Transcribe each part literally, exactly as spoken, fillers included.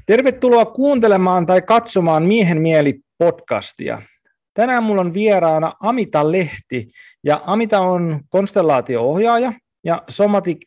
Tervetuloa kuuntelemaan tai katsomaan Miehen mieli podcastia. Tänään mulla on vieraana Amita Lehti, ja Amita on konstellaatio-ohjaaja ja somatic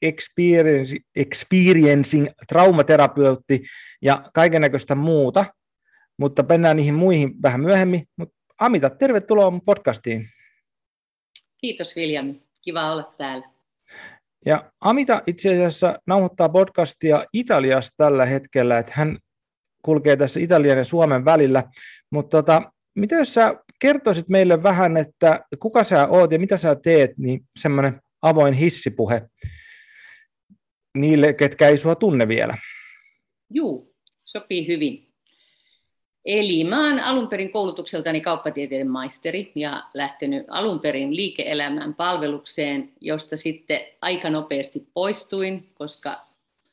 experiencing traumaterapeutti ja kaikennäköistä muuta, mutta mennään niihin muihin vähän myöhemmin. Mutta Amita, tervetuloa mun podcastiin. Kiitos Viljami, kiva olla täällä. Ja Amita itse asiassa nauhoittaa podcastia Italiasta tällä hetkellä, että hän kulkee tässä Italian ja Suomen välillä, mutta tota, mitä jos sä kertoisit meille vähän, että kuka sä oot ja mitä sä teet, niin semmoinen avoin hissipuhe niille, ketkä ei sua tunne vielä. Juu, sopii hyvin. Eli mä oon alun perin koulutukseltani kauppatieteiden maisteri ja lähtenyt alun perin liike-elämän palvelukseen, josta sitten aika nopeasti poistuin, koska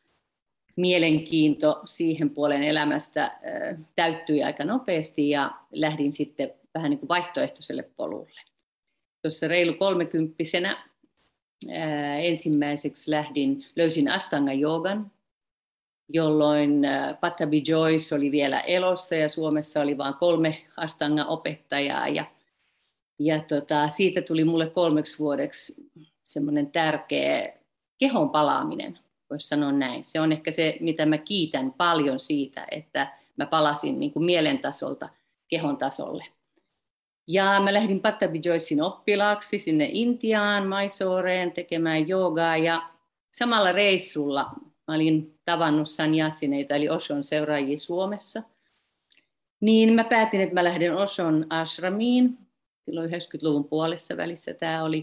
mielenkiinto siihen puolen elämästä täyttyi aika nopeasti ja lähdin sitten vähän niin kuin vaihtoehtoiselle polulle. Tuossa reilu kolmekymppisenä ensimmäiseksi lähdin, löysin Ashtanga-joogan, jolloin Pattabhi Jois oli vielä elossa ja Suomessa oli vain kolme Ashtanga-opettajaa. Ja, ja tota, siitä tuli mulle kolmeksi vuodeksi semmoinen tärkeä kehon palaaminen, voisi sanoa näin. Se on ehkä se, mitä mä kiitän paljon siitä, että mä palasin niin kuin mielen tasolta kehon tasolle. Ja mä lähdin Pattabhi Joisin oppilaaksi sinne Intiaan, Mysoreen tekemään joogaa ja samalla reissulla mä olin tavannut sannyasineita eli Oshon seuraajia Suomessa. Niin mä päätin, että mä lähden Oshon ashramiin. Silloin yhdeksänkymmentäluvun puolessa välissä tämä oli.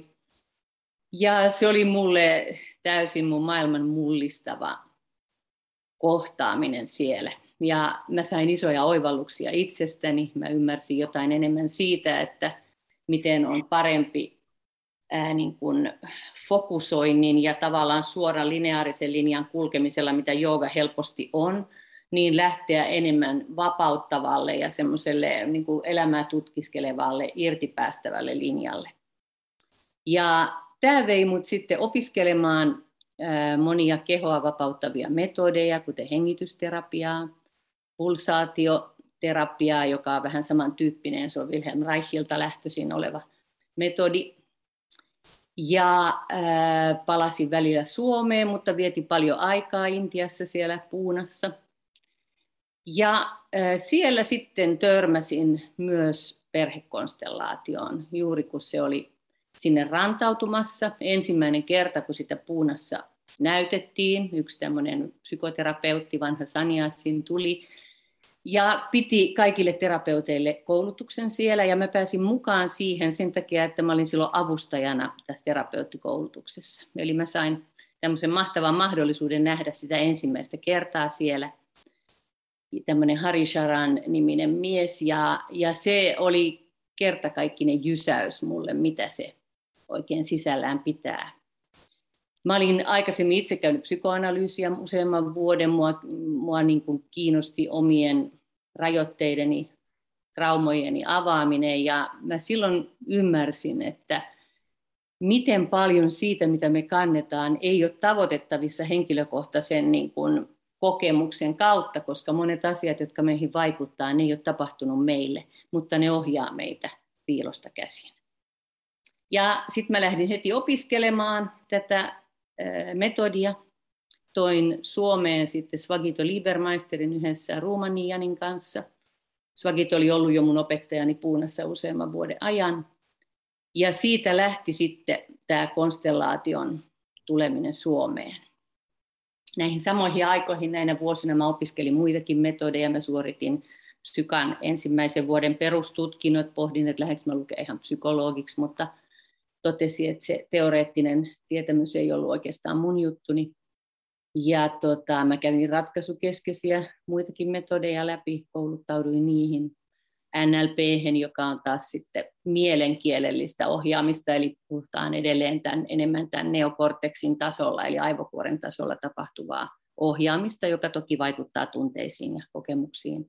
Ja se oli mulle täysin mun maailman mullistava kohtaaminen siellä. Ja mä sain isoja oivalluksia itsestäni. Mä ymmärsin jotain enemmän siitä, että miten on parempi ää, niin kuin fokusoinnin ja tavallaan suoran lineaarisen linjan kulkemisella, mitä jooga helposti on, niin lähteä enemmän vapauttavalle ja semmoiselle niin kuin elämää tutkiskelevalle, irtipäästävälle linjalle. Ja tämä vei mut sitten opiskelemaan ää, monia kehoa vapauttavia metodeja, kuten hengitysterapiaa, pulsaatioterapiaa, joka on vähän samantyyppinen, se on Wilhelm Reichilta lähtöisin oleva metodi. Ja ää, palasin välillä Suomeen, mutta vietin paljon aikaa Intiassa siellä Puunassa. Ja ää, siellä sitten törmäsin myös perhekonstellaatioon, juuri kun se oli sinne rantautumassa. Ensimmäinen kerta, kun sitä Puunassa näytettiin, yksi tämmöinen psykoterapeutti, vanha sannyasin, tuli ja piti kaikille terapeuteille koulutuksen siellä, ja mä pääsin mukaan siihen sen takia, että mä olin silloin avustajana tässä terapeuttikoulutuksessa. Eli mä sain tämmöisen mahtavan mahdollisuuden nähdä sitä ensimmäistä kertaa siellä. Tämmöinen Harisharan niminen mies, ja, ja se oli kertakaikkinen jysäys mulle, mitä se oikein sisällään pitää. Mä olin aikaisemmin itse käynyt psykoanalyysiä useamman vuoden. Mua, mua niin kuin kiinnosti omien rajoitteideni, traumojeni avaaminen. Ja mä silloin ymmärsin, että miten paljon siitä, mitä me kannetaan, ei ole tavoitettavissa henkilökohtaisen niin kuin kokemuksen kautta, koska monet asiat, jotka meihin vaikuttaa, ne ei ole tapahtunut meille, mutta ne ohjaa meitä piilosta käsin. Ja sitten mä lähdin heti opiskelemaan tätä metodia. Toin Suomeen sitten Svagito Liebermeisterin yhdessä Ruumanianin kanssa. Svagito oli ollut jo mun opettajani Puunassa useamman vuoden ajan. Ja siitä lähti sitten tämä konstellaation tuleminen Suomeen. Näihin samoihin aikoihin näinä vuosina mä opiskelin muitakin metodeja. Mä suoritin psykan ensimmäisen vuoden perustutkinnot. Pohdin, että lähdekö mä lukea ihan psykologiksi, mutta totesin, että se teoreettinen tietämys ei ollut oikeastaan mun juttuni. Ja tota, mä kävin ratkaisukeskeisiä muitakin metodeja läpi, kouluttauduin niihin. N L P:hen, joka on taas sitten mielenkielellistä ohjaamista, eli puhutaan edelleen tämän, enemmän tämän neokorteksin tasolla, eli aivokuoren tasolla tapahtuvaa ohjaamista, joka toki vaikuttaa tunteisiin ja kokemuksiin.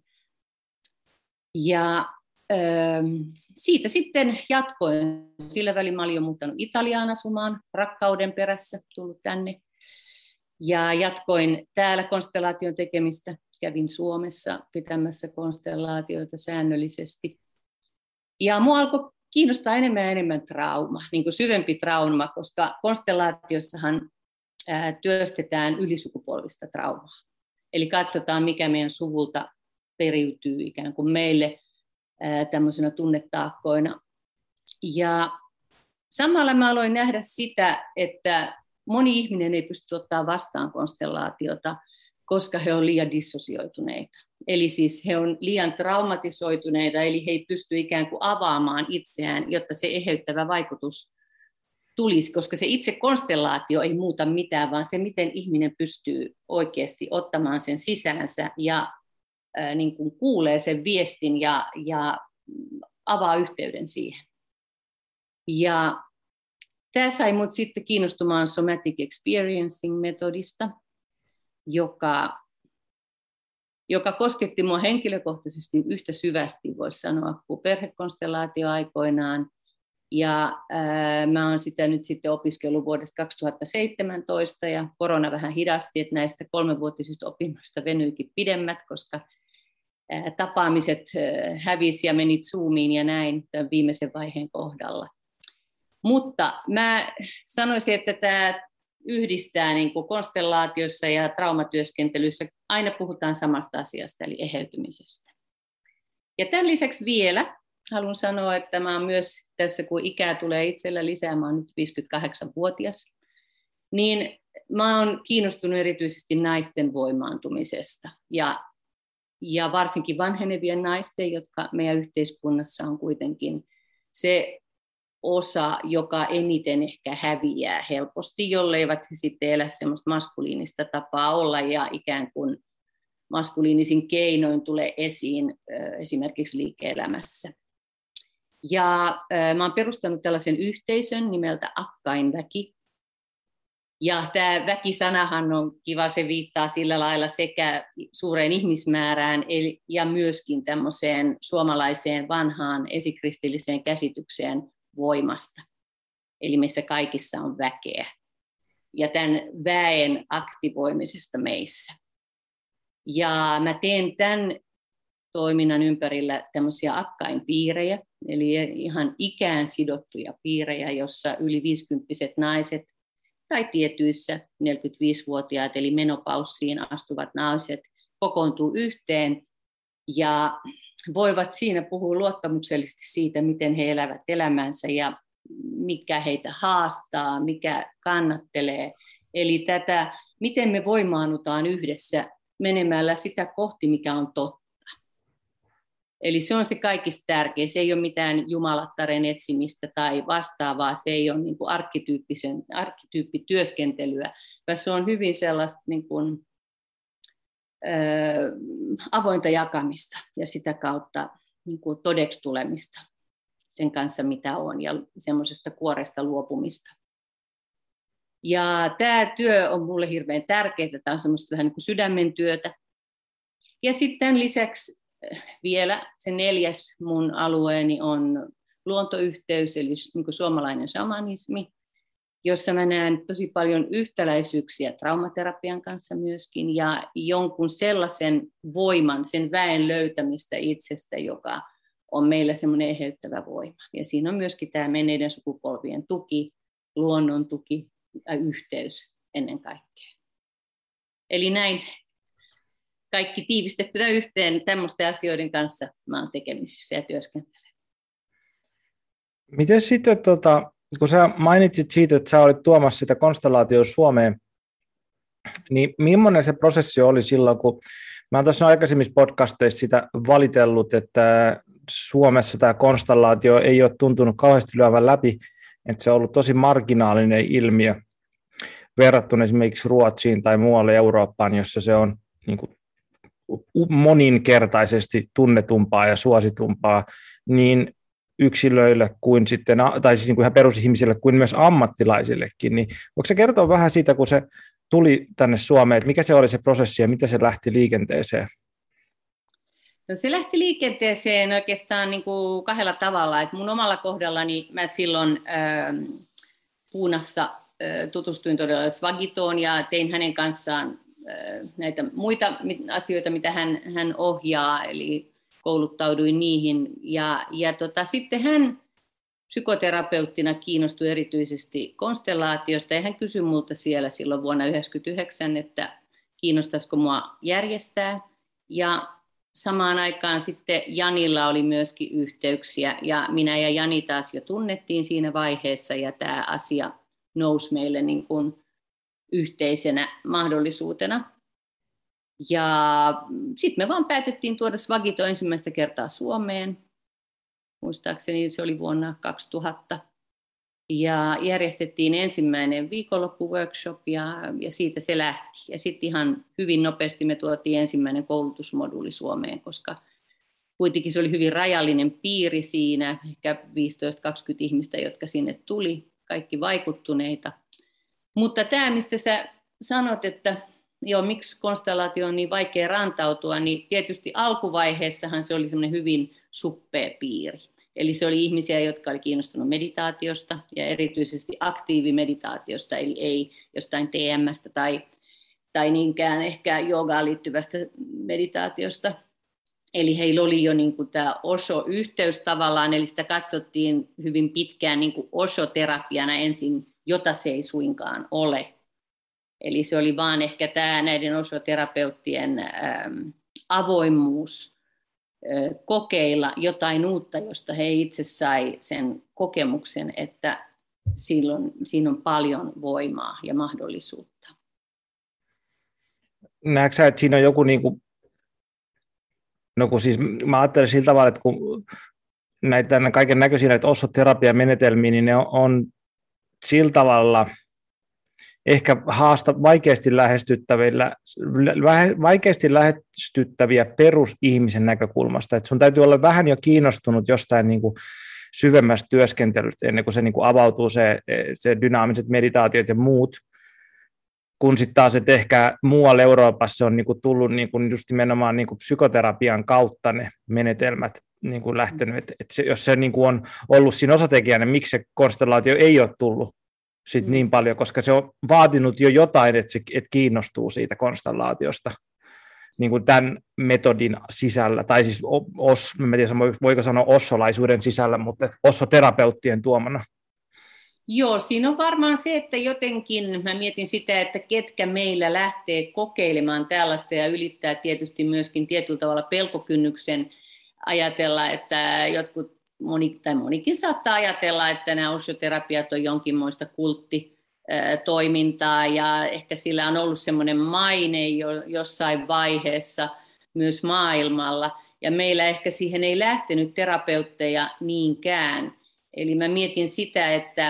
Ja siitä sitten jatkoin. Sillä välin mä olin jo muuttanut Italiaan asumaan rakkauden perässä, tullut tänne. Ja jatkoin täällä konstellaation tekemistä. Kävin Suomessa pitämässä konstellaatioita säännöllisesti. Ja mua alkoi kiinnostaa enemmän ja enemmän trauma, niin kuin syvempi trauma, koska konstellaatiossahan ää, työstetään ylisukupolvista traumaa. Eli katsotaan, mikä meidän suvulta periytyy ikään kuin meille ää, tämmöisenä tunnetaakkoina. Ja samalla mä aloin nähdä sitä, että moni ihminen ei pysty ottaa vastaan konstellaatiota, koska he ovat liian dissosioituneita. Eli siis he ovat liian traumatisoituneita, eli he ei pysty ikään kuin avaamaan itseään, jotta se eheyttävä vaikutus tulisi, koska se itse konstellaatio ei muuta mitään, vaan se, miten ihminen pystyy oikeasti ottamaan sen sisäänsä ja ää, niin kuin kuulee sen viestin ja, ja avaa yhteyden siihen. Ja tämä sai minut sitten kiinnostumaan somatic experiencing-metodista, joka, joka kosketti minua henkilökohtaisesti yhtä syvästi, voisi sanoa, kuin perhekonstellaatio aikoinaan. Ja ää, mä olen sitä nyt sitten opiskellut vuodesta kaksituhattaseitsemäntoista, ja korona vähän hidasti, että näistä kolmevuotisista opinnoista venyikin pidemmät, koska ää, tapaamiset ää, hävisi ja menit Zoomiin ja näin tämän viimeisen vaiheen kohdalla. Mutta mä sanoisin, että tämä yhdistää niin kuin konstellaatiossa ja traumatyöskentelyssä. Aina puhutaan samasta asiasta, eli eheytymisestä. Ja tämän lisäksi vielä haluan sanoa, että mä oon myös tässä, kun ikää tulee itsellä lisää, mä oon nyt viisikymmentäkahdeksanvuotias, niin mä oon kiinnostunut erityisesti naisten voimaantumisesta. Ja, ja varsinkin vanhenevien naisten, jotka meidän yhteiskunnassa on kuitenkin se osa, joka eniten ehkä häviää helposti, jolleivät he sitten elä semmoista maskuliinista tapaa olla ja ikään kuin maskuliinisin keinoin tulee esiin esimerkiksi liike-elämässä. Ja mä oon perustanut tällaisen yhteisön nimeltä Akkain väki. Ja tämä väkisanahan on kiva, se viittaa sillä lailla sekä suureen ihmismäärään ja myöskin tämmöiseen suomalaiseen vanhaan esikristilliseen käsitykseen voimasta. Eli meissä kaikissa on väkeä. Ja tämän väen aktivoimisesta meissä. Ja mä teen tämän toiminnan ympärillä tämmöisiä akkainpiirejä, eli ihan ikään sidottuja piirejä, jossa yli viisikymppiset naiset tai tietyissä neljäkymmentäviisivuotiaat, eli menopaussiin astuvat naiset, kokoontuu yhteen ja voivat siinä puhua luottamuksellisesti siitä, miten he elävät elämänsä ja mikä heitä haastaa, mikä kannattelee. Eli tätä, miten me voimaannutaan yhdessä menemällä sitä kohti, mikä on totta. Eli se on se kaikista tärkein. Se ei ole mitään jumalattaren etsimistä tai vastaavaa. Se ei ole niin kuin arkkityyppisen, arkkityyppityöskentelyä, vaan se on hyvin sellaista niin kuin, ä, avointa jakamista ja sitä kautta niin kuin todeksi tulemista sen kanssa, mitä on, ja semmoisesta kuoresta luopumista. Ja tämä työ on mulle hirveän tärkeää. Tämä on semmoista vähän niin kuin sydämen työtä. Ja sitten lisäksi vielä se neljäs mun alueeni on luontoyhteys, eli niin kuin suomalainen shamanismi, jossa mä näen tosi paljon yhtäläisyyksiä traumaterapian kanssa myöskin, ja jonkun sellaisen voiman, sen väen löytämistä itsestä, joka on meillä semmoinen eheyttävä voima. Ja siinä on myöskin tämä menneiden sukupolvien tuki, luonnon tuki ja yhteys ennen kaikkea. Eli näin kaikki tiivistettynä yhteen tämmöisten asioiden kanssa mä oon tekemisissä ja työskentelen. Miten sitten, tota, kun sä mainitsit siitä, että sä olit tuomassa sitä konstellaatiota Suomeen, niin millainen se prosessi oli silloin, kun mä oon tässä aikaisemmissa podcasteissa sitä valitellut, että Suomessa tämä konstellaatio ei ole tuntunut kauheasti lyövän läpi, että se on ollut tosi marginaalinen ilmiö verrattuna esimerkiksi Ruotsiin tai muualle Eurooppaan, jossa se on niin kuin moninkertaisesti tunnetumpaa ja suositumpaa niin yksilöille kuin sitten, tai siis niin kuin ihan perusihmisille kuin myös ammattilaisillekin. Niin voiko se kertoa vähän siitä, kun se tuli tänne Suomeen, että mikä se oli se prosessi ja miten se lähti liikenteeseen? No se lähti liikenteeseen oikeastaan niin kuin kahdella tavalla. Et mun omalla kohdallani mä silloin äh, Puunassa tutustuin todella Svagitoon ja tein hänen kanssaan näitä muita asioita, mitä hän, hän ohjaa, eli kouluttauduin niihin. Ja, ja tota, sitten hän psykoterapeuttina kiinnostui erityisesti konstellaatiosta, ja hän kysyi minulta siellä silloin vuonna yhdeksänkymmentäyhdeksän, että kiinnostaisiko mua järjestää. Ja samaan aikaan sitten Janilla oli myöskin yhteyksiä, ja minä ja Jani taas jo tunnettiin siinä vaiheessa, ja tämä asia nousi meille niin kuin yhteisenä mahdollisuutena. Ja sitten me vaan päätettiin tuoda Svagito ensimmäistä kertaa Suomeen. Muistaakseni se oli vuonna kaksituhatta. Ja järjestettiin ensimmäinen viikonloppuworkshop ja, ja siitä se lähti. Ja sitten ihan hyvin nopeasti me tuotiin ensimmäinen koulutusmoduuli Suomeen, koska kuitenkin se oli hyvin rajallinen piiri siinä, ehkä viisitoista kaksikymmentä ihmistä, jotka sinne tuli, kaikki vaikuttuneita. Mutta tämä, mistä sä sanot, että joo, miksi konstellaatio on niin vaikea rantautua, niin tietysti alkuvaiheessahan se oli semmoinen hyvin suppea piiri. Eli se oli ihmisiä, jotka oli kiinnostunut meditaatiosta ja erityisesti aktiivimeditaatiosta, eli ei jostain T M:stä tai, tai niinkään ehkä joogaan liittyvästä meditaatiosta. Eli heillä oli jo niin kuin tämä Osho-yhteys tavallaan, eli sitä katsottiin hyvin pitkään niin kuin Osho-terapiana ensin, jota se ei suinkaan ole. Eli se oli vaan ehkä tämä näiden Osho-terapeuttien ähm, avoimuus äh, kokeilla jotain uutta, josta he itse sai sen kokemuksen, että silloin, siinä on paljon voimaa ja mahdollisuutta. Näetkö sä, että siinä on joku, niin kuin, no kun siis mä ajattelen sillä tavalla, että kun näitä kaiken näköisiä näitä Osho-terapiamenetelmiä, niin ne on, on sillä tavalla ehkä haasta vaikeasti lähestyttäviä, vaikeasti lähestyttäviä perusihmisen näkökulmasta. Että sun täytyy olla vähän jo kiinnostunut jostain niin kuin syvemmästä työskentelystä ennen kuin se niin kuin avautuu se, se dynaamiset meditaatiot ja muut. Kun sitten taas, että ehkä muualla Euroopassa on niin kuin tullut niin kuin just nimenomaan niin kuin psykoterapian kautta ne menetelmät niin kuin lähtenyt. Että et se, jos se niin kuin on ollut siinä osatekijänä, niin miksi se konstellaatio ei ole tullut sit mm. niin paljon, koska se on vaatinut jo jotain, että se että kiinnostuu siitä konstellaatiosta niin kuin tämän metodin sisällä, tai siis os, en tiedä, voiko sanoa ossolaisuuden sisällä, mutta ossoterapeuttien tuomana. Joo, siinä on varmaan se, että jotenkin mä mietin sitä, että ketkä meillä lähtee kokeilemaan tällaista ja ylittää tietysti myöskin tietyllä tavalla pelkokynnyksen ajatella, että jotkut Moni, tai monikin saattaa ajatella, että nämä Osho-terapiat on jonkinmoista kulttitoimintaa ja ehkä sillä on ollut semmoinen maine jo, jossain vaiheessa myös maailmalla ja meillä ehkä siihen ei lähtenyt terapeutteja niinkään. Eli mä mietin sitä, että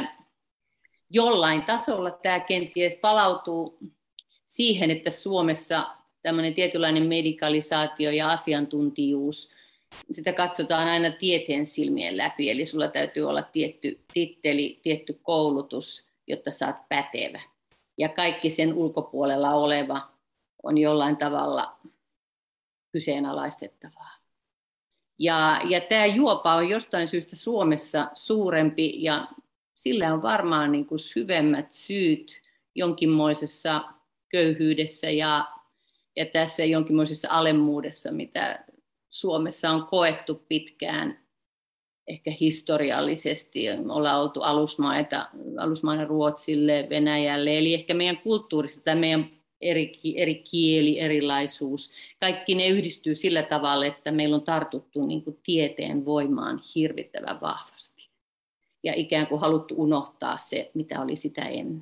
jollain tasolla tämä kenties palautuu siihen, että Suomessa tämmöinen tietynlainen medikalisaatio ja asiantuntijuus sitä katsotaan aina tieteen silmien läpi, eli sulla täytyy olla tietty titteli, tietty koulutus, jotta saat pätevä. Ja kaikki sen ulkopuolella oleva on jollain tavalla kyseenalaistettavaa. Ja, ja tämä juopa on jostain syystä Suomessa suurempi, ja sillä on varmaan niin kuin syvemmät syyt jonkinmoisessa köyhyydessä ja, ja tässä jonkinmoisessa alemmuudessa, mitä Suomessa on koettu pitkään, ehkä historiallisesti, ollaan oltu alusmaita, alusmaina Ruotsille, Venäjälle, eli ehkä meidän kulttuurista tämä meidän eri, eri kieli, erilaisuus, kaikki ne yhdistyy sillä tavalla, että meillä on tartuttu niin kuin tieteen voimaan hirvittävän vahvasti ja ikään kuin haluttu unohtaa se, mitä oli sitä ennen.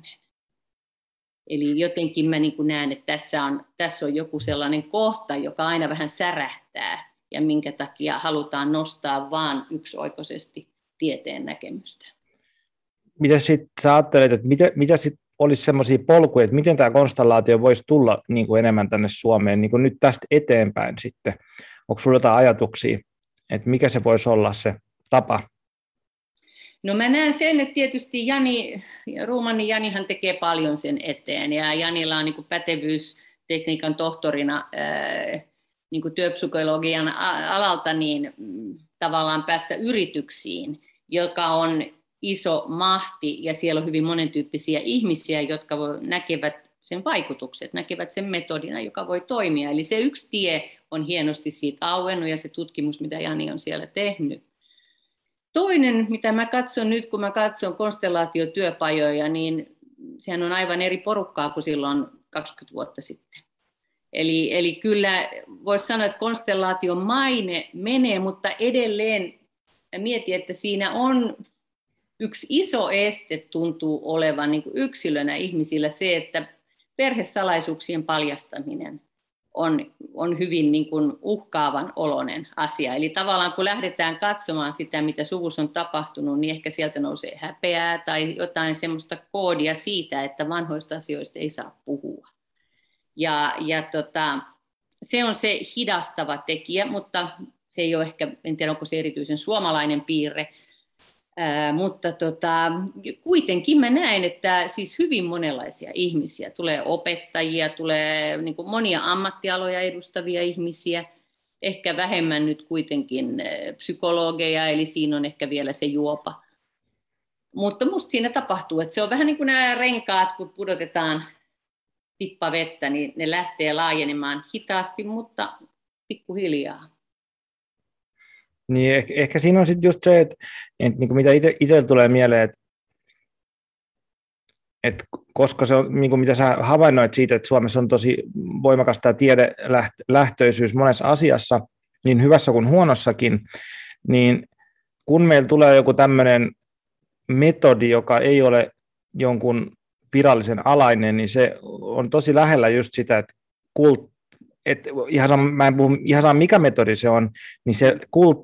Eli jotenkin mä niin kuin näen, että tässä on, tässä on joku sellainen kohta, joka aina vähän särähtää, ja minkä takia halutaan nostaa vaan yksioikoisesti tieteen näkemystä. Mitä sitten sä ajattelet, että mitä, mitä sitten olisi semmoisia polkuja, että miten tämä konstellaatio voisi tulla niin kuin enemmän tänne Suomeen niin kuin nyt tästä eteenpäin sitten? Onko sinulla jotain ajatuksia, että mikä se voisi olla se tapa? No mä näen sen, että tietysti Jani, Ruumanni Janihan tekee paljon sen eteen, ja Janilla on niin kuin pätevyys tekniikan tohtorina ää, niin kuin työpsykologian alalta niin tavallaan päästä yrityksiin, joka on iso mahti ja siellä on hyvin monentyyppisiä ihmisiä, jotka näkevät sen vaikutukset, näkevät sen metodina, joka voi toimia. Eli se yksi tie on hienosti siitä auennut ja se tutkimus, mitä Jani on siellä tehnyt. Toinen, mitä mä katson nyt, kun mä katson konstellaatiotyöpajoja, niin sehän on aivan eri porukkaa kuin silloin kaksikymmentä vuotta sitten. Eli, eli kyllä voisi sanoa, että konstellaation maine menee, mutta edelleen mietin, että siinä on yksi iso este tuntuu olevan niin kuin yksilönä ihmisillä se, että perhesalaisuuksien paljastaminen on, on hyvin niin kuin uhkaavan oloinen asia. Eli tavallaan kun lähdetään katsomaan sitä, mitä suvussa on tapahtunut, niin ehkä sieltä nousee häpeää tai jotain semmoista koodia siitä, että vanhoista asioista ei saa puhua. Ja, ja tota, se on se hidastava tekijä, mutta se ei ole ehkä, en tiedä onko se erityisen suomalainen piirre, Ää, mutta tota, kuitenkin mä näen, että siis hyvin monenlaisia ihmisiä, tulee opettajia, tulee niin kuin monia ammattialoja edustavia ihmisiä, ehkä vähemmän nyt kuitenkin psykologeja, eli siinä on ehkä vielä se juopa. Mutta musta siinä tapahtuu, että se on vähän niin kuin nämä renkaat, kun pudotetaan tippa vettä, niin ne lähtee laajenemaan hitaasti, mutta pikkuhiljaa. Niin ehkä, ehkä siinä on sitten just se, että, että niin kuin mitä itsellä tulee mieleen, että, että koska se on, niin kuin mitä sä havainnoit siitä, että Suomessa on tosi voimakas tämä tiedelähtöisyys monessa asiassa, niin hyvässä kuin huonossakin, niin kun meillä tulee joku tämmöinen metodi, joka ei ole jonkun virallisen alainen, niin se on tosi lähellä just sitä, että kult, et ihan sama, mä en puhu ihan sama mikä metodi se on, niin se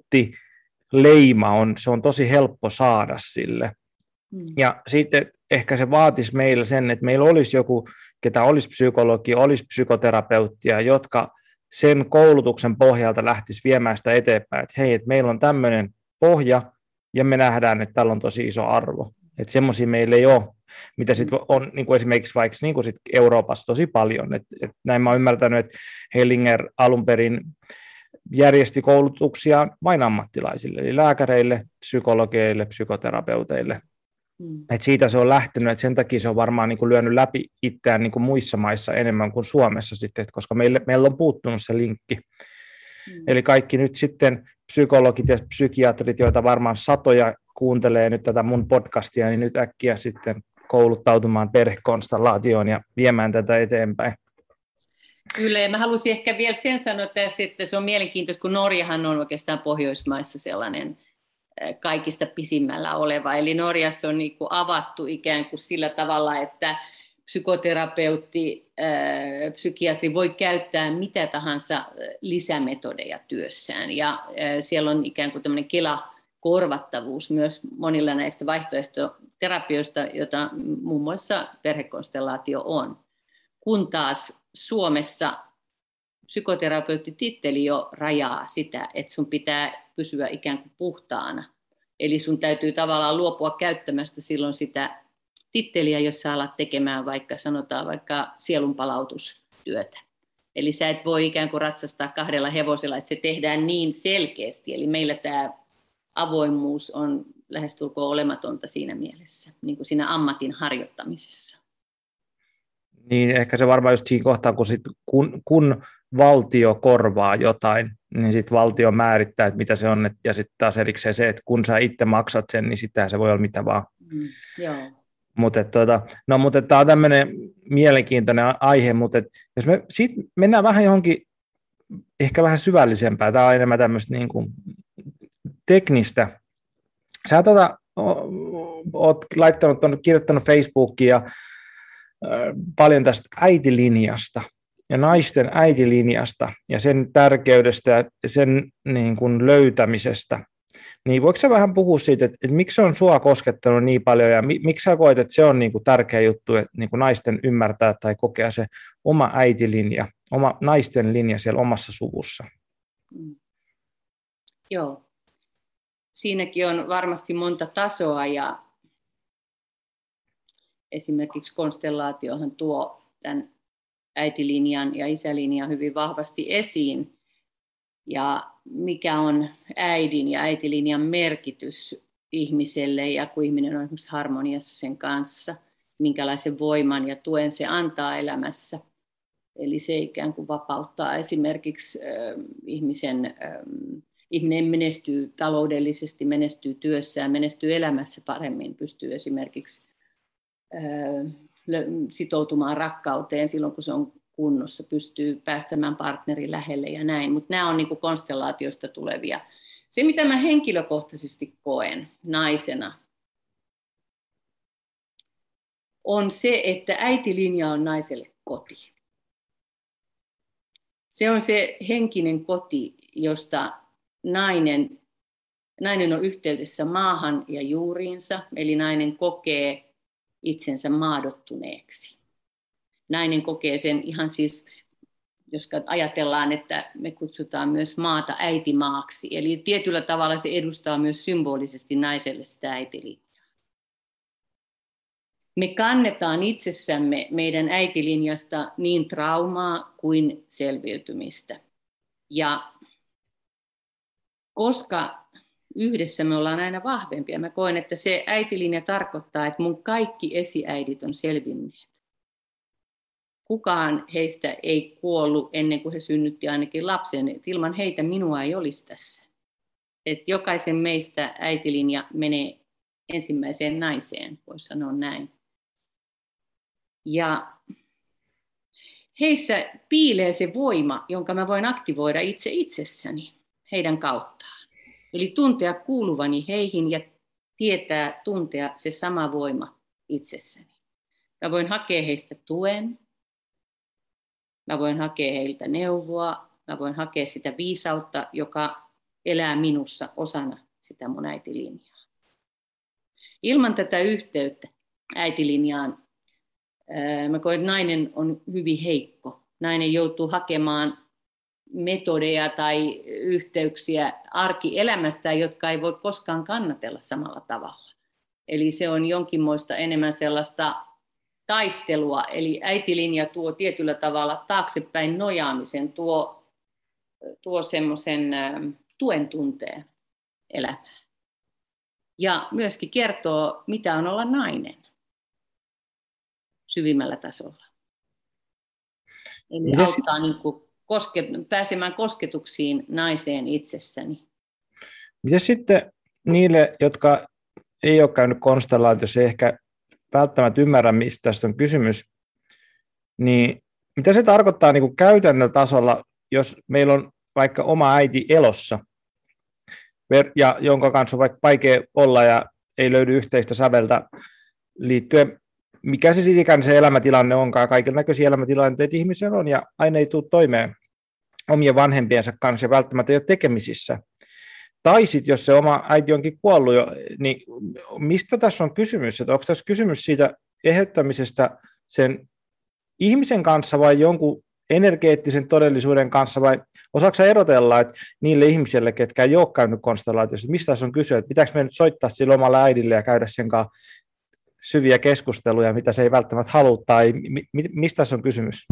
kulttileima on, se on tosi helppo saada sille. Mm. Ja sitten ehkä se vaatisi meillä sen, että meillä olisi joku, ketä olisi psykologi, olisi psykoterapeuttia, jotka sen koulutuksen pohjalta lähtisi viemään sitä eteenpäin, että hei, että meillä on tämmöinen pohja, ja me nähdään, että tällä on tosi iso arvo. Että semmoisia meillä ei ole, mitä sitten on niin kuin esimerkiksi vaikka niin kuin sit Euroopassa tosi paljon. Et, et näin mä oon ymmärtänyt, että Hellinger alun perin järjesti koulutuksia vain ammattilaisille, eli lääkäreille, psykologeille, psykoterapeuteille. Mm. Et siitä se on lähtenyt, että sen takia se on varmaan niin kuin lyönyt läpi itseään niin kuin muissa maissa enemmän kuin Suomessa sitten, koska meille, meillä on puuttunut se linkki. Mm. Eli kaikki nyt sitten psykologit ja psykiatrit, joita varmaan satoja kuuntelee nyt tätä mun podcastia, niin nyt äkkiä sitten kouluttautumaan perhekonstellaatioon ja viemään tätä eteenpäin. Kyllä, ja mä haluaisin ehkä vielä sen sanoa, että se on mielenkiintoista, kun Norjahan on oikeastaan Pohjoismaissa sellainen kaikista pisimmällä oleva. Eli Norjassa on niin kuin avattu ikään kuin sillä tavalla, että psykoterapeutti, psykiatri voi käyttää mitä tahansa lisämetodeja työssään. Ja siellä on ikään kuin tämmöinen Kela-korvattavuus myös monilla näistä vaihtoehtoterapioista, joita muun muassa perhekonstellaatio on. Kun taas Suomessa psykoterapeuttititteli jo rajaa sitä, että sun pitää pysyä ikään kuin puhtaana. Eli sun täytyy tavallaan luopua käyttämästä silloin sitä titteliä, jos sä alat tekemään vaikka, sanotaan vaikka sielunpalautustyötä. Eli sä et voi ikään kuin ratsastaa kahdella hevosella, että se tehdään niin selkeästi. Eli meillä tämä avoimuus on lähestulkoon olematonta siinä mielessä, niin kuin siinä ammatin harjoittamisessa. Niin ehkä se varmaan just siinä kohtaa, kun, sit, kun, kun valtio korvaa jotain, niin sitten valtio määrittää, että mitä se on, et, ja sitten taas erikseen se, että kun sä itse maksat sen, niin sittenhän se voi olla mitä vaan. Mm, joo. Mutta tota, no, mutta tämä on tämmöinen mielenkiintoinen aihe, mutta et, jos me sit mennään vähän johonkin ehkä vähän syvällisempää, tämä on enemmän tämmöistä niin kuin teknistä. Sä tota, oot laittanut, on kirjoittanut Facebookiin ja paljon tästä äitilinjasta ja naisten äitilinjasta ja sen tärkeydestä ja sen niin kuin löytämisestä. Niin voiko sä vähän puhua siitä, että, että miksi se on sua koskettanut niin paljon ja mi, miksi sä koet, että se on niin kuin tärkeä juttu, että niin kuin naisten ymmärtää tai kokea se oma äitilinja, oma naisten linja siellä omassa suvussa? Mm. Joo. Siinäkin on varmasti monta tasoa ja esimerkiksi konstellaatiohan tuo tämän äitilinjan ja isälinjan hyvin vahvasti esiin. Ja mikä on äidin ja äitilinjan merkitys ihmiselle ja kun ihminen on esimerkiksi harmoniassa sen kanssa, minkälaisen voiman ja tuen se antaa elämässä. Eli se ikään kuin vapauttaa esimerkiksi äh, ihmisen, äh, ihminen menestyy taloudellisesti, menestyy työssään, menestyy elämässä paremmin, pystyy esimerkiksi äh, sitoutumaan rakkauteen silloin, kun se on kunnossa, pystyy päästämään partnerin lähelle ja näin. Mutta nämä on niin kuin konstellaatioista tulevia. Se, mitä mä henkilökohtaisesti koen naisena, on se, että äitilinja on naiselle koti. Se on se henkinen koti, josta nainen, nainen on yhteydessä maahan ja juuriinsa, eli nainen kokee itsensä maadottuneeksi. Nainen kokee sen ihan siis, jos ajatellaan, että me kutsutaan myös maata äitimaaksi, eli tietyllä tavalla se edustaa myös symbolisesti naiselle sitä äitilinjaa. Me kannetaan itsessämme meidän äitilinjasta niin traumaa kuin selviytymistä. Ja koska yhdessä me ollaan aina vahvempia, mä koen, että se äitilinja tarkoittaa, että mun kaikki esiäidit on selvinneet. Kukaan heistä ei kuollut ennen kuin he synnytti ainakin lapsen. Et ilman heitä minua ei olisi tässä. Et jokaisen meistä äitilinja menee ensimmäiseen naiseen, voisi sanoa näin. Ja heissä piilee se voima, jonka mä voin aktivoida itse itsessäni heidän kauttaan. Eli tuntea kuuluvani heihin ja tietää tuntea se sama voima itsessäni. Mä voin hakea heistä tuen. Mä voin hakea heiltä neuvoa. Mä voin hakea sitä viisautta, joka elää minussa osana sitä mun äitilinjaa. Ilman tätä yhteyttä äitilinjaan mä koen, että nainen on hyvin heikko. Nainen joutuu hakemaan metodeja tai yhteyksiä arkielämästä, jotka ei voi koskaan kannatella samalla tavalla. Eli se on jonkinmoista enemmän sellaista taistelua. Eli äitilinja tuo tietyllä tavalla taaksepäin nojaamisen, tuo, tuo semmoisen tuen tunteen elämään. Ja myöskin kertoo, mitä on olla nainen syvimmällä tasolla. Eli Mitä auttaa sit... niin kuin koske... pääsemään kosketuksiin naiseen itsessäni. Mitä sitten niille, jotka ei ole käynyt konstellaatiossa, ei ehkä välttämättä ymmärrä, mistä tästä on kysymys, niin mitä se tarkoittaa niin kuin käytännön tasolla, jos meillä on vaikka oma äiti elossa, ja jonka kanssa on vaikka vaikea olla ja ei löydy yhteistä säveltä liittyen, mikä se sitten se elämätilanne onkaan, kaiken näköisiä elämätilanteita ihmisellä on, ja aina ei tule toimeen omien vanhempiensa kanssa ja välttämättä ei ole tekemisissä. Tai sitten, jos se oma äiti onkin kuollut jo, niin mistä tässä on kysymys? Että onko tässä kysymys siitä eheyttämisestä sen ihmisen kanssa vai jonkun energeettisen todellisuuden kanssa, vai osaatko erotella, että niille ihmisille, ketkä ei ole käynyt konstellaatiossa, mistä tässä on kysyä, että pitääkö me nyt soittaa sille omalle äidille ja käydä sen kanssa syviä keskusteluja, mitä se ei välttämättä halua, tai mi- mistä tässä on kysymys?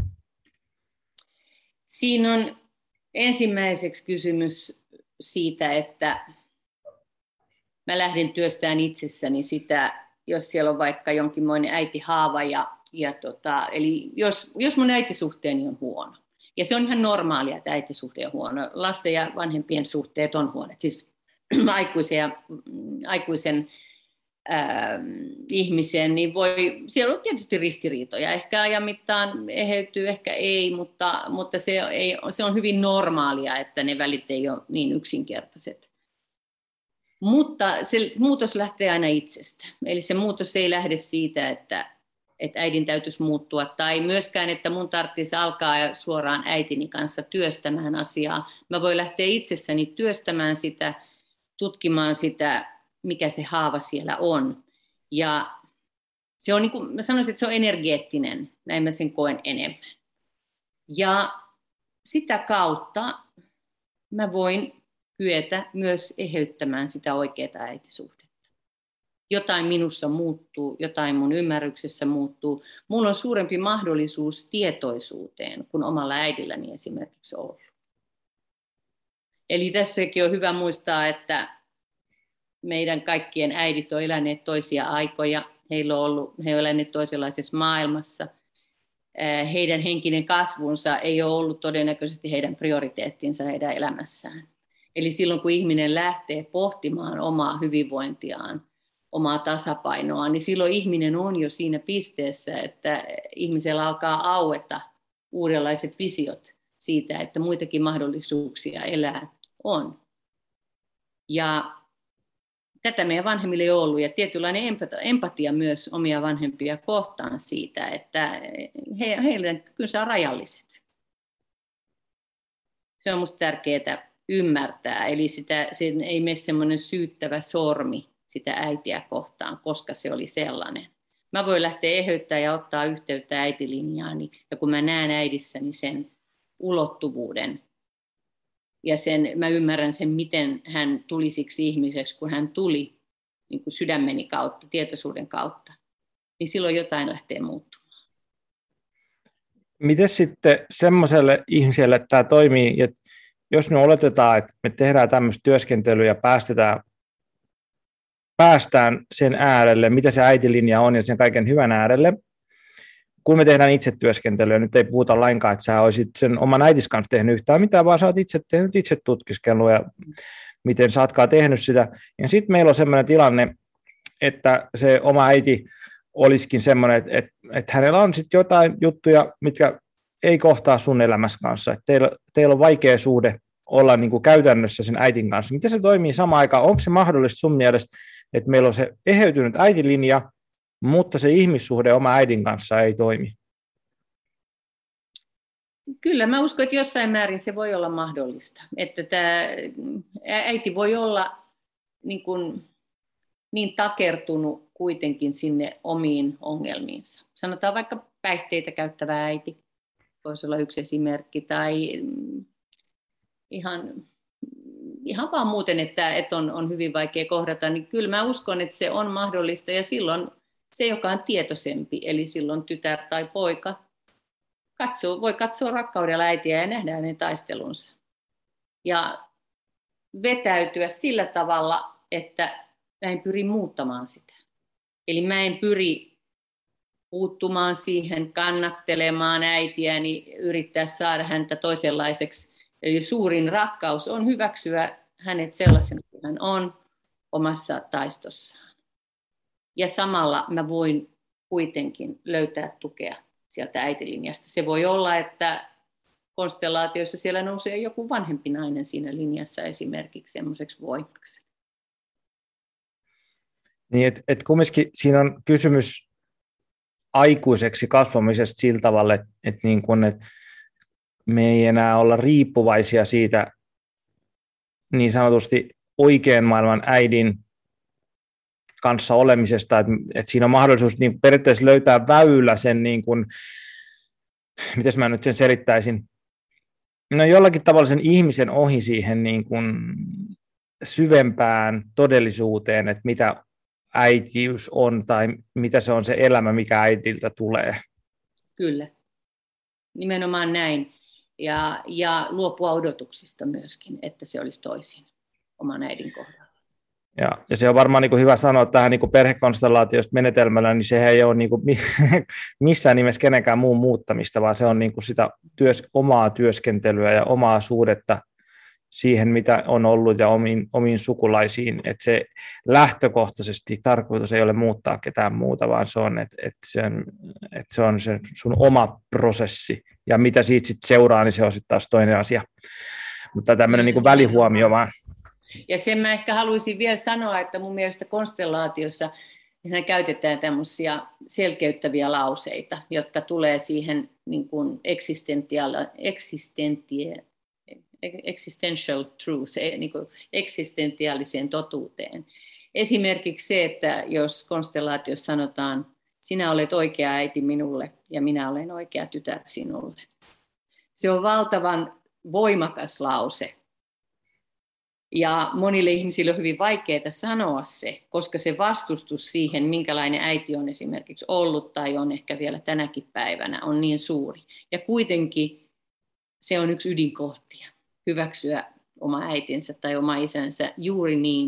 Siinä on ensimmäiseksi kysymys siitä, että mä lähden työstämään itsessäni sitä, jos siellä on vaikka jonkinmoinen äitihaava, ja, ja tota, eli jos, jos mun äitisuhteeni on huono, ja se on ihan normaalia, että äitisuhde on huono, lasten ja vanhempien suhteet on huonot, siis aikuisen, ja, aikuisen ää, ihmisen, niin voi, siellä on tietysti ristiriitoja, ehkä ajan mittaan eheytyy, ehkä ei, mutta, mutta se, ei, se on hyvin normaalia, että ne välit ei ole niin yksinkertaiset. Mutta se muutos lähtee aina itsestä. Eli se muutos ei lähde siitä, että, että äidin täytyisi muuttua, tai myöskään, että mun tarvitsisi alkaa suoraan äitini kanssa työstämään asiaa. Mä voin lähteä itsessäni työstämään sitä, tutkimaan sitä, mikä se haava siellä on. Ja se on, niin kuin mä sanoisin, että se on energeettinen, näin mä sen koen enemmän. Ja sitä kautta mä voin kyetä myös eheyttämään sitä oikeaa äitisuhdetta. Jotain minussa muuttuu, jotain mun ymmärryksessä muuttuu. Mulla on suurempi mahdollisuus tietoisuuteen kuin omalla äidilläni esimerkiksi ollut. Eli tässäkin on hyvä muistaa, että meidän kaikkien äidit on eläneet toisia aikoja. Heillä on ollut, he ovat eläneet toisenlaisessa maailmassa. Heidän henkinen kasvunsa ei ole ollut todennäköisesti heidän prioriteettinsa heidän elämässään. Eli silloin kun ihminen lähtee pohtimaan omaa hyvinvointiaan, omaa tasapainoa, niin silloin ihminen on jo siinä pisteessä, että ihmisellä alkaa aueta uudenlaiset visiot siitä, että muitakin mahdollisuuksia elää on. Ja tätä meidän vanhemmille ei ollut, ja tietynlainen empatia myös omia vanhempia kohtaan siitä, että he, heidän kyllä on rajalliset. Se on minusta tärkeää ymmärtää, eli sitä, sen ei mene semmoinen syyttävä sormi sitä äitiä kohtaan, koska se oli sellainen. Mä voin lähteä eheyttämään ja ottaa yhteyttä äitilinjaani, ja kun mä näen äidissäni sen ulottuvuuden, ja sen, mä ymmärrän sen, miten hän tuli siksi ihmiseksi, kun hän tuli niin kuin sydämeni kautta, tietoisuuden kautta, niin silloin jotain lähtee muuttumaan. Miten sitten semmoiselle ihmiselle tämä toimii, että jos me oletetaan, että me tehdään tämmöistä työskentelyä ja päästetään, päästään sen äärelle, mitä se äitilinja on ja sen kaiken hyvän äärelle, kun me tehdään itse työskentelyä, nyt ei puhuta lainkaan, että sä olisit sen oman äitis kanssa tehnyt yhtään mitään, vaan sä oot itse tehnyt itse tutkiskelua ja miten sä ootkaan tehnyt sitä. Ja sitten meillä on semmoinen tilanne, että se oma äiti olisikin semmoinen, että, että, että hänellä on sitten jotain juttuja, mitkä ei kohtaa sun elämässä kanssa. Että teillä, teillä on vaikea suhde olla niin kuin käytännössä sen äitin kanssa. Miten se toimii samaan aikaan? Onko se mahdollista sun mielestä, että meillä on se eheytynyt äitilinja, mutta se ihmissuhde oma äidin kanssa ei toimi? Kyllä, mä uskon, että jossain määrin se voi olla mahdollista. Että tämä äiti voi olla niin, kuin, niin takertunut kuitenkin sinne omiin ongelmiinsa. Sanotaan vaikka päihteitä käyttävä äiti, voisi olla yksi esimerkki, tai ihan, ihan vaan muuten, että, että on, on hyvin vaikea kohdata, niin kyllä mä uskon, että se on mahdollista, ja silloin se, joka on tietoisempi, eli silloin tytär tai poika, katsoo, voi katsoa rakkaudella äitiä ja nähdä hänen taistelunsa. Ja vetäytyä sillä tavalla, että mä en pyri muuttamaan sitä. Eli mä en pyri puuttumaan siihen, kannattelemaan äitiäni, yrittää saada häntä toisenlaiseksi. Eli suurin rakkaus on hyväksyä hänet sellaisen kuin hän on omassa taistossaan. Ja samalla mä voin kuitenkin löytää tukea sieltä äitilinjasta. Se voi olla, että konstellaatioissa siellä nousee joku vanhempi nainen siinä linjassa esimerkiksi semmoiseksi voimaksi. Niin, että et kumminkin siinä on kysymys aikuiseksi kasvamisesta sillä tavalla, että et niin kun, et me ei enää olla riippuvaisia siitä niin sanotusti oikean maailman äidin kanssa olemisesta, että, että siinä on mahdollisuus niin periaatteessa löytää väylä sen, niin kuin, miten mä nyt sen selittäisin, no jollakin tavalla sen ihmisen ohi siihen niin kuin syvempään todellisuuteen, että mitä äitiys on tai mitä se on se elämä, mikä äidiltä tulee. Kyllä, nimenomaan näin. Ja, ja luopua odotuksista myöskin, että se olisi toisin oman äidin kohdalla. Ja, ja se on varmaan niin kuin hyvä sanoa tähän niin kuin perhekonstellaatiosta menetelmällä, niin sehän ei ole niin kuin missään nimessä kenenkään muun muuttamista, vaan se on niin kuin sitä työs, omaa työskentelyä ja omaa suhdetta siihen, mitä on ollut ja omiin, omiin sukulaisiin. Että se lähtökohtaisesti tarkoitus ei ole muuttaa ketään muuta, vaan se on, että, että, sen, että se on se sun oma prosessi. Ja mitä siitä sitten seuraa, niin se on sitten taas toinen asia. Mutta tämmöinen niin kuin välihuomio vaan. Ja sen mä ehkä haluaisin vielä sanoa, että mun mielestä konstellaatiossa käytetään tämmöisiä selkeyttäviä lauseita, jotka tulee siihen niin kuin existential truth, niin kuin eksistentiaaliseen totuuteen. Esimerkiksi se, että jos konstellaatiossa sanotaan, sinä olet oikea äiti minulle ja minä olen oikea tytär sinulle. Se on valtavan voimakas lause. Ja monille ihmisille on hyvin vaikeaa sanoa se, koska se vastustus siihen, minkälainen äiti on esimerkiksi ollut tai on ehkä vielä tänäkin päivänä, on niin suuri. Ja kuitenkin se on yksi ydinkohtia, hyväksyä oma äitinsä tai oma isänsä juuri niin,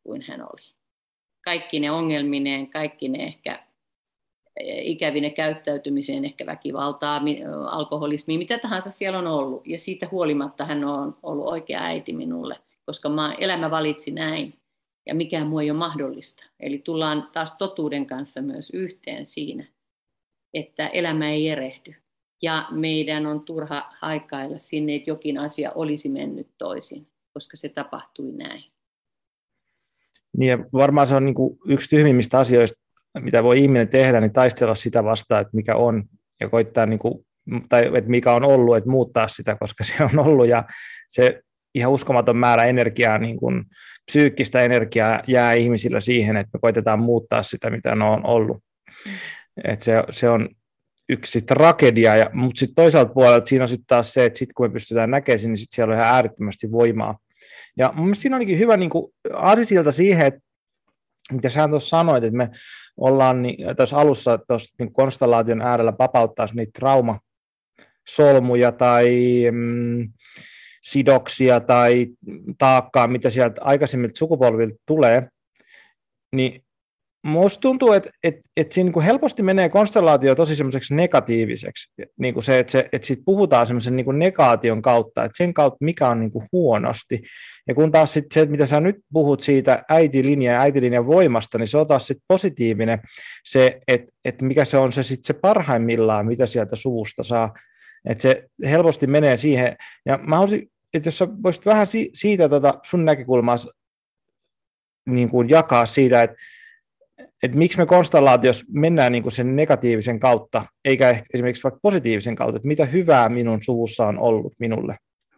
kuin hän oli. Kaikki ne ongelmineen, kaikki ne ehkä ikävine käyttäytymiseen, ehkä väkivaltaa, alkoholismia, mitä tahansa siellä on ollut. Ja siitä huolimatta hän on ollut oikea äiti minulle, koska elämä valitsi näin ja mikään muu ei ole mahdollista. Eli tullaan taas totuuden kanssa myös yhteen siinä, että elämä ei erehdy. Ja meidän on turha haikailla sinne, että jokin asia olisi mennyt toisin, koska se tapahtui näin. Niin ja varmaan se on niin kuin yksi tyhmimmistä asioista, mitä voi ihminen tehdä, niin taistella sitä vastaan, että mikä on, ja koittaa, niin kuin, tai että mikä on ollut, että muuttaa sitä, koska se on ollut, ja se ihan uskomaton määrä energiaa, niin kuin psyykkistä energiaa jää ihmisillä siihen, että me koitetaan muuttaa sitä, mitä ne on ollut. Että se, se on yksi tragedia, ja, mutta sitten toisaalta puolelta siinä on sitten taas se, että sitten kun me pystytään näkemään, niin sitten siellä on ihan äärettömästi voimaa. Ja mun mielestä siinä onkin hyvä niin kuin aasisilta siihen, että mitä sä tuossa sanoit, että me ollaan niin, tuossa alussa tuossa niin konstellaation äärellä vapauttaa niitä traumasolmuja tai mm, sidoksia tai taakkaa, mitä sieltä aikaisemmilta sukupolvilta tulee, niin musta tuntuu, että, että, että siinä niin kuin helposti menee konstellaatio tosi semmoiseksi negatiiviseksi, niin kuin se, että, se, että siitä puhutaan semmoisen niin kuin negaation kautta, että sen kautta mikä on niin kuin huonosti. Ja kun taas sit se, että mitä sä nyt puhut siitä äitilinjan ja äitilinjan voimasta, niin se on taas sit positiivinen, se, että, että mikä se on se, sit se parhaimmillaan, mitä sieltä suvusta saa. Että se helposti menee siihen. Ja mä haluaisin, että jos sä voisit vähän si- siitä tota sun näkökulmaa niin kuin jakaa siitä, että että miksi me konstellaatiossa mennään niin kuin sen negatiivisen kautta, eikä ehkä esimerkiksi vaikka positiivisen kautta, että mitä hyvää minun suvussa on ollut minulle?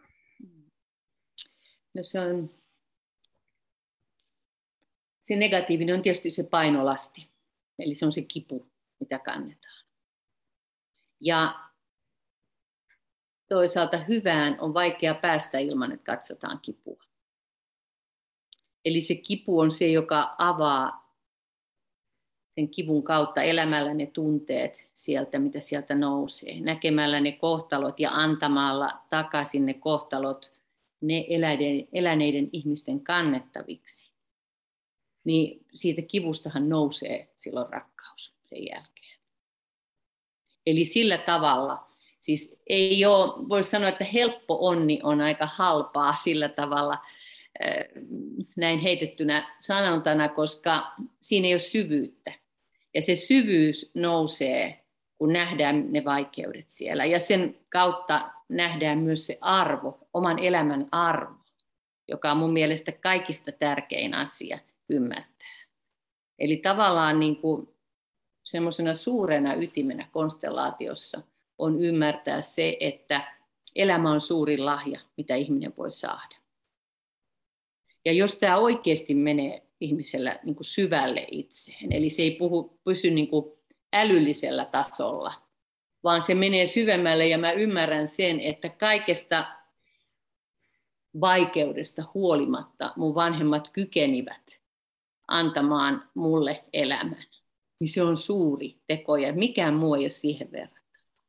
No se on, se negatiivinen on tietysti se painolasti, eli se on se kipu, mitä kannetaan. Ja toisaalta hyvään on vaikea päästä ilman, että katsotaan kipua. Eli se kipu on se, joka avaa sen kivun kautta elämällä ne tunteet sieltä, mitä sieltä nousee. Näkemällä ne kohtalot ja antamalla takaisin ne kohtalot ne eläneiden, eläneiden ihmisten kannettaviksi. Niin siitä kivustahan nousee silloin rakkaus sen jälkeen. Eli sillä tavalla, siis ei ole, voi sanoa, että helppo onni on aika halpaa sillä tavalla, näin heitettynä sanontana, koska siinä ei ole syvyyttä. Ja se syvyys nousee, kun nähdään ne vaikeudet siellä. Ja sen kautta nähdään myös se arvo, oman elämän arvo, joka on mun mielestä kaikista tärkein asia ymmärtää. Eli tavallaan niin kuin semmoisena suurena ytimenä konstellaatiossa on ymmärtää se, että elämä on suurin lahja, mitä ihminen voi saada. Ja jos tämä oikeasti menee ihmisellä niin kuin syvälle itseen, eli se ei puhu, pysy niin kuin älyllisellä tasolla, vaan se menee syvemmälle ja mä ymmärrän sen, että kaikesta vaikeudesta huolimatta mun vanhemmat kykenivät antamaan mulle elämän. Niin se on suuri teko ja mikään muu ei ole siihen verrattuna.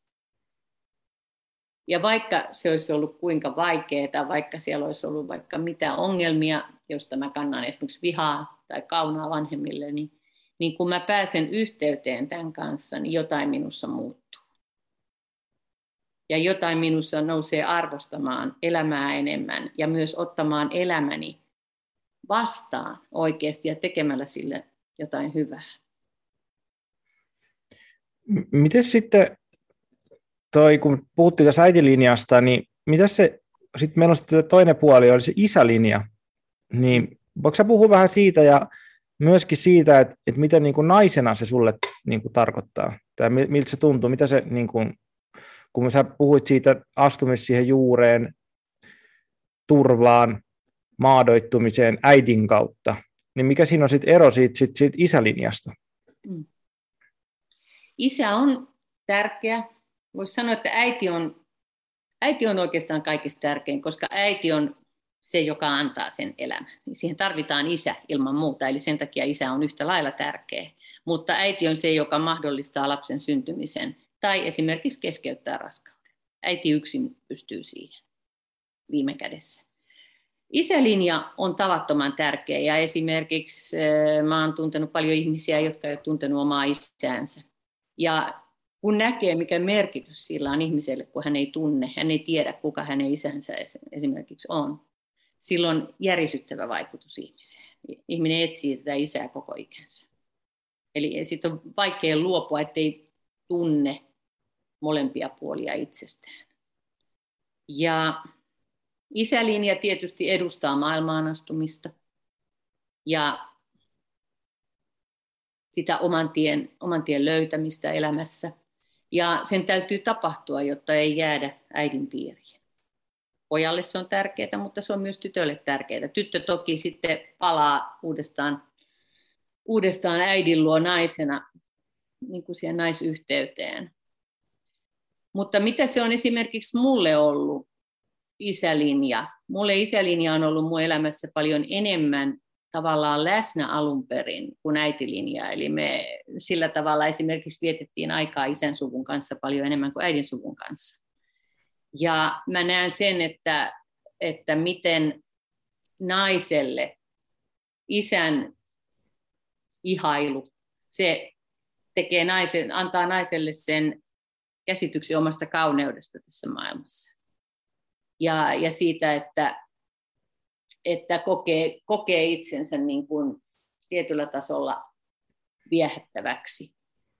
Ja vaikka se olisi ollut kuinka vaikeaa, vaikka siellä olisi ollut vaikka mitä ongelmia, josta mä kannan esimerkiksi vihaa tai kaunaa vanhemmille, niin, niin kun mä pääsen yhteyteen tämän kanssa, niin jotain minussa muuttuu. Ja jotain minussa nousee arvostamaan elämää enemmän ja myös ottamaan elämäni vastaan oikeasti ja tekemällä sille jotain hyvää. Miten sitten, toi, kun puhuttiin tässä äitilinjasta, niin mitä se, sitten meillä on sitten toinen puoli, oli se isälinja, niin voiko sä puhua vähän siitä ja myöskin siitä, että, että mitä niin kuin naisena se sulle niin kuin tarkoittaa, tai miltä se tuntuu, mitä se, niin kuin, kun sä puhuit siitä astumista siihen juureen, turvaan, maadoittumiseen äidin kautta, niin mikä siinä on sitten ero siitä, siitä, siitä isälinjasta? Mm. Isä on tärkeä. Voisi sanoa, että äiti on, äiti on oikeastaan kaikista tärkein, koska äiti on se, joka antaa sen elämän. Siihen tarvitaan isä ilman muuta, eli sen takia isä on yhtä lailla tärkeä. Mutta äiti on se, joka mahdollistaa lapsen syntymisen tai esimerkiksi keskeyttää raskauden. Äiti yksin pystyy siihen viime kädessä. Isälinja on tavattoman tärkeä ja esimerkiksi äh, mä oon tuntenut paljon ihmisiä, jotka eivät tuntenut omaa isäänsä. Ja kun näkee, mikä merkitys sillä on ihmiselle, kun hän ei tunne, hän ei tiedä, kuka hänen isänsä esimerkiksi on. Silloin on järisyttävä vaikutus ihmiseen. Ihminen etsii tätä isää koko ikänsä. Eli sitten on vaikea luopua, ettei tunne molempia puolia itsestään. Ja isälinja tietysti edustaa maailmaan astumista ja sitä oman tien, oman tien löytämistä elämässä. Ja sen täytyy tapahtua, jotta ei jäädä äidin piiriin. Pojalle se on tärkeää, mutta se on myös tytölle tärkeää. Tyttö toki sitten palaa uudestaan, uudestaan äidin luo naisena, niin kuin siihen naisyhteyteen. Mutta mitä se on esimerkiksi mulle ollut isälinja? Mulle isälinja on ollut mun elämässä paljon enemmän tavallaan läsnä alun perin kuin äitilinja. Eli me sillä tavalla esimerkiksi vietettiin aikaa isän suvun kanssa paljon enemmän kuin äidin suvun kanssa. Ja mä näen sen, että, että miten naiselle isän ihailu, se tekee naisen, antaa naiselle sen käsityksen omasta kauneudesta tässä maailmassa. Ja, ja siitä, että, että kokee, kokee itsensä niin kuin tietyllä tasolla viehättäväksi.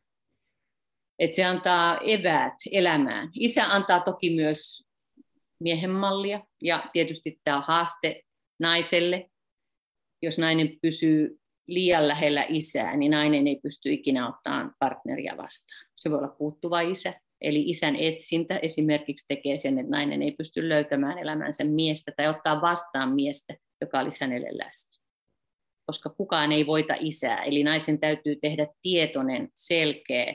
Että se antaa eväät elämään. Isä antaa toki myös miehen mallia ja tietysti tämä on haaste naiselle. Jos nainen pysyy liian lähellä isää, niin nainen ei pysty ikinä ottamaan partneria vastaan. Se voi olla puuttuva isä. Eli isän etsintä esimerkiksi tekee sen, että nainen ei pysty löytämään elämänsä miestä tai ottaa vastaan miestä, joka olisi hänelle läsnä. Koska kukaan ei voita isää. Eli naisen täytyy tehdä tietoinen, selkeä,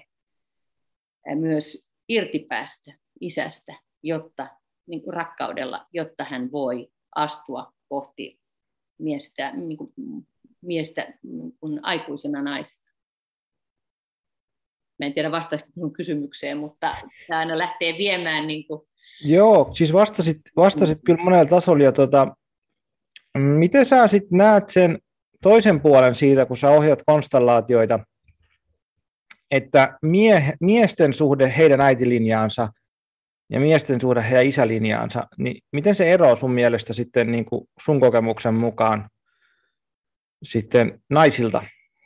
myös irtipäästö isästä, jotta, niin kuin rakkaudella, jotta hän voi astua kohti miestä, niin kuin, miestä niin kuin aikuisena naisena. Mä en tiedä vastaisiko minun kysymykseen, mutta tämä aina lähtee viemään. Niin kuin... Joo, siis vastasit, vastasit kyllä monella tasolla. Ja tuota, miten sä sit näet sen toisen puolen siitä, kun sä ohjaat konstellaatioita, että mie, miesten suhde heidän äitilinjaansa ja miesten suhde heidän isälinjaansa, niin miten se eroaa sun mielestä sitten niin kuin sun kokemuksen mukaan sitten naisilta?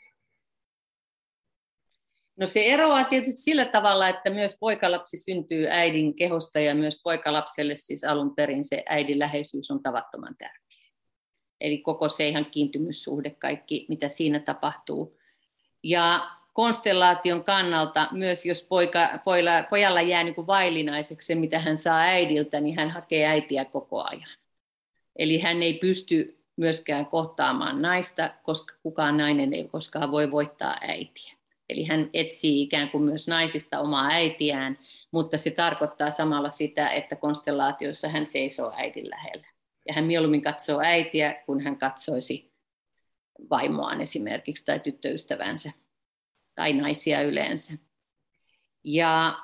No se eroaa tietysti sillä tavalla, että myös poikalapsi syntyy äidin kehosta ja myös poikalapselle siis alun perin se äidin läheisyys on tavattoman tärkeä. Eli koko se ihan kiintymyssuhde, kaikki mitä siinä tapahtuu. Ja konstellaation kannalta myös jos poika, poilla, pojalla jää niin kuin vaillinaiseksi se, mitä hän saa äidiltä, niin hän hakee äitiä koko ajan. Eli hän ei pysty myöskään kohtaamaan naista, koska kukaan nainen ei koskaan voi voittaa äitiä. Eli hän etsii ikään kuin myös naisista omaa äitiään, mutta se tarkoittaa samalla sitä, että konstellaatioissa hän seisoo äidin lähellä. Ja hän mieluummin katsoo äitiä, kun hän katsoisi vaimoaan esimerkiksi tai tyttöystävänsä tai naisia yleensä. Ja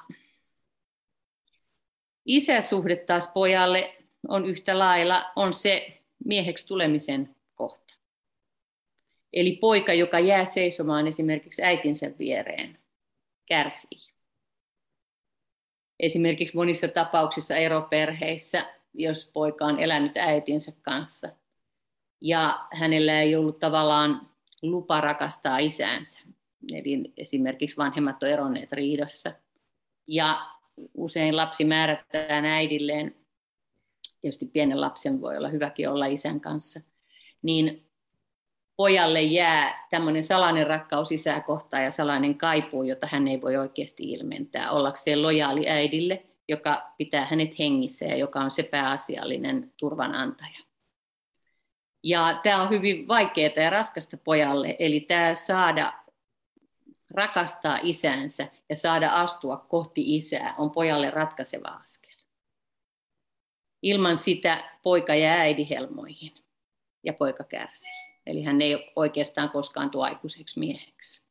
isäsuhde taas pojalle on yhtä lailla, on se mieheksi tulemisen kohta. Eli poika, joka jää seisomaan esimerkiksi äitinsä viereen, kärsii. Esimerkiksi monissa tapauksissa eroperheissä, jos poika on elänyt äitinsä kanssa ja hänellä ei ollut tavallaan lupa rakastaa isäänsä. Eli esimerkiksi vanhemmat on eronneet riidassa ja usein lapsi määrätään äidilleen, tietysti pienen lapsen voi olla hyväkin olla isän kanssa, niin pojalle jää tämmöinen salainen rakkaus isää kohtaan ja salainen kaipuu, jota hän ei voi oikeasti ilmentää, ollakseen lojaali äidille, joka pitää hänet hengissä ja joka on se pääasiallinen turvanantaja. Ja tämä on hyvin vaikeaa ja raskasta pojalle, eli tämä saada rakastaa isänsä ja saada astua kohti isää on pojalle ratkaiseva askel. Ilman sitä poika jää äidihelmoihin ja poika kärsii. Eli hän ei oikeastaan koskaan tule aikuiseksi mieheksi.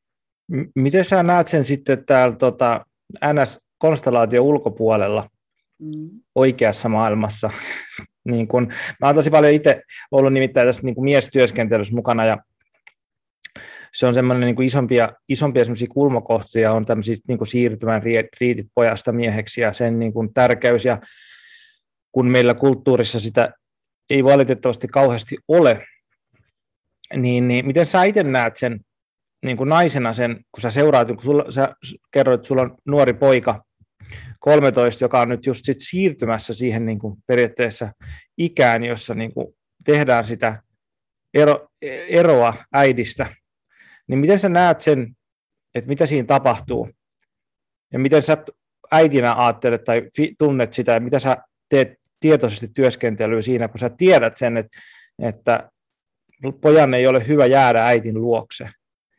Miten sä näet sen sitten täällä tota, N S-konstellaation ulkopuolella? mm. oikeassa maailmassa. Niin kun, mä oon tosi paljon itse ollut nimittäin tässä niin kuin miestyöskentelyssä mukana, ja se on semmoinen niin kuin isompia, isompia kulmakohtia, on tämmöisiä niin kuin siirtymän riitit pojasta mieheksi ja sen niin kuin tärkeys, ja kun meillä kulttuurissa sitä ei valitettavasti kauheasti ole, niin, niin miten sä itse näet sen niin kuin naisena sen, kun sä seuraat, kun sulla, sä kerroit, että sulla on nuori poika, kolmetoista, joka on nyt just sit siirtymässä siihen niin kuin periaatteessa ikään, jossa niin kuin tehdään sitä ero, eroa äidistä, niin miten sä näet sen, että mitä siinä tapahtuu, ja miten sä äitinä ajattelet tai tunnet sitä, ja mitä sä teet tietoisesti työskentelyä siinä, kun sä tiedät sen, että, että pojan ei ole hyvä jäädä äitin luokse.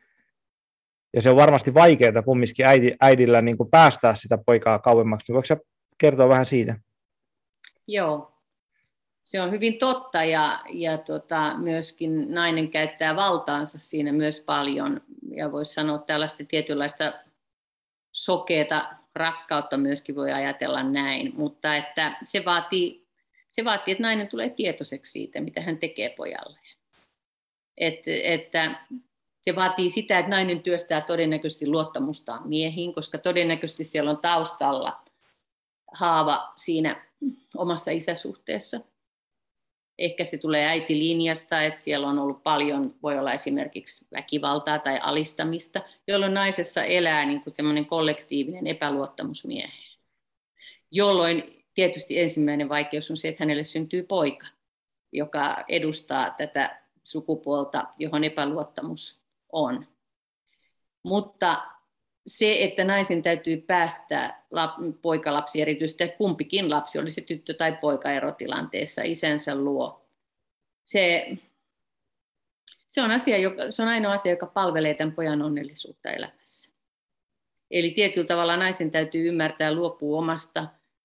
Ja se on varmasti vaikeaa kumminkin äidi, äidillä niin kuin päästää sitä poikaa kauemmaksi. Voitko sä kertoa vähän siitä? Joo, se on hyvin totta, ja, ja tota, myöskin nainen käyttää valtaansa siinä myös paljon. Ja voisi sanoa tällaista tietynlaista sokeata rakkautta myöskin voi ajatella näin. Mutta että se, vaatii, se vaatii, että nainen tulee tietoiseksi siitä, mitä hän tekee pojalleen. Et, että se vaatii sitä, että nainen työstää todennäköisesti luottamustaan miehiin, koska todennäköisesti siellä on taustalla haava siinä omassa isäsuhteessa. Ehkä se tulee äitilinjasta, että siellä on ollut paljon, voi olla esimerkiksi väkivaltaa tai alistamista, jolloin naisessa elää niin kuin semmoinen kollektiivinen epäluottamus mieheen. Jolloin tietysti ensimmäinen vaikeus on se, että hänelle syntyy poika, joka edustaa tätä sukupuolta, johon epäluottamus on. Mutta se, että naisen täytyy päästää poikalapsi, erityisesti kumpikin lapsi, oli se tyttö tai poika erotilanteessa, isänsä luo, se, se, on asia, joka, se on ainoa asia, joka palvelee tämän pojan onnellisuutta elämässä. Eli tietyllä tavalla naisen täytyy ymmärtää luopua omasta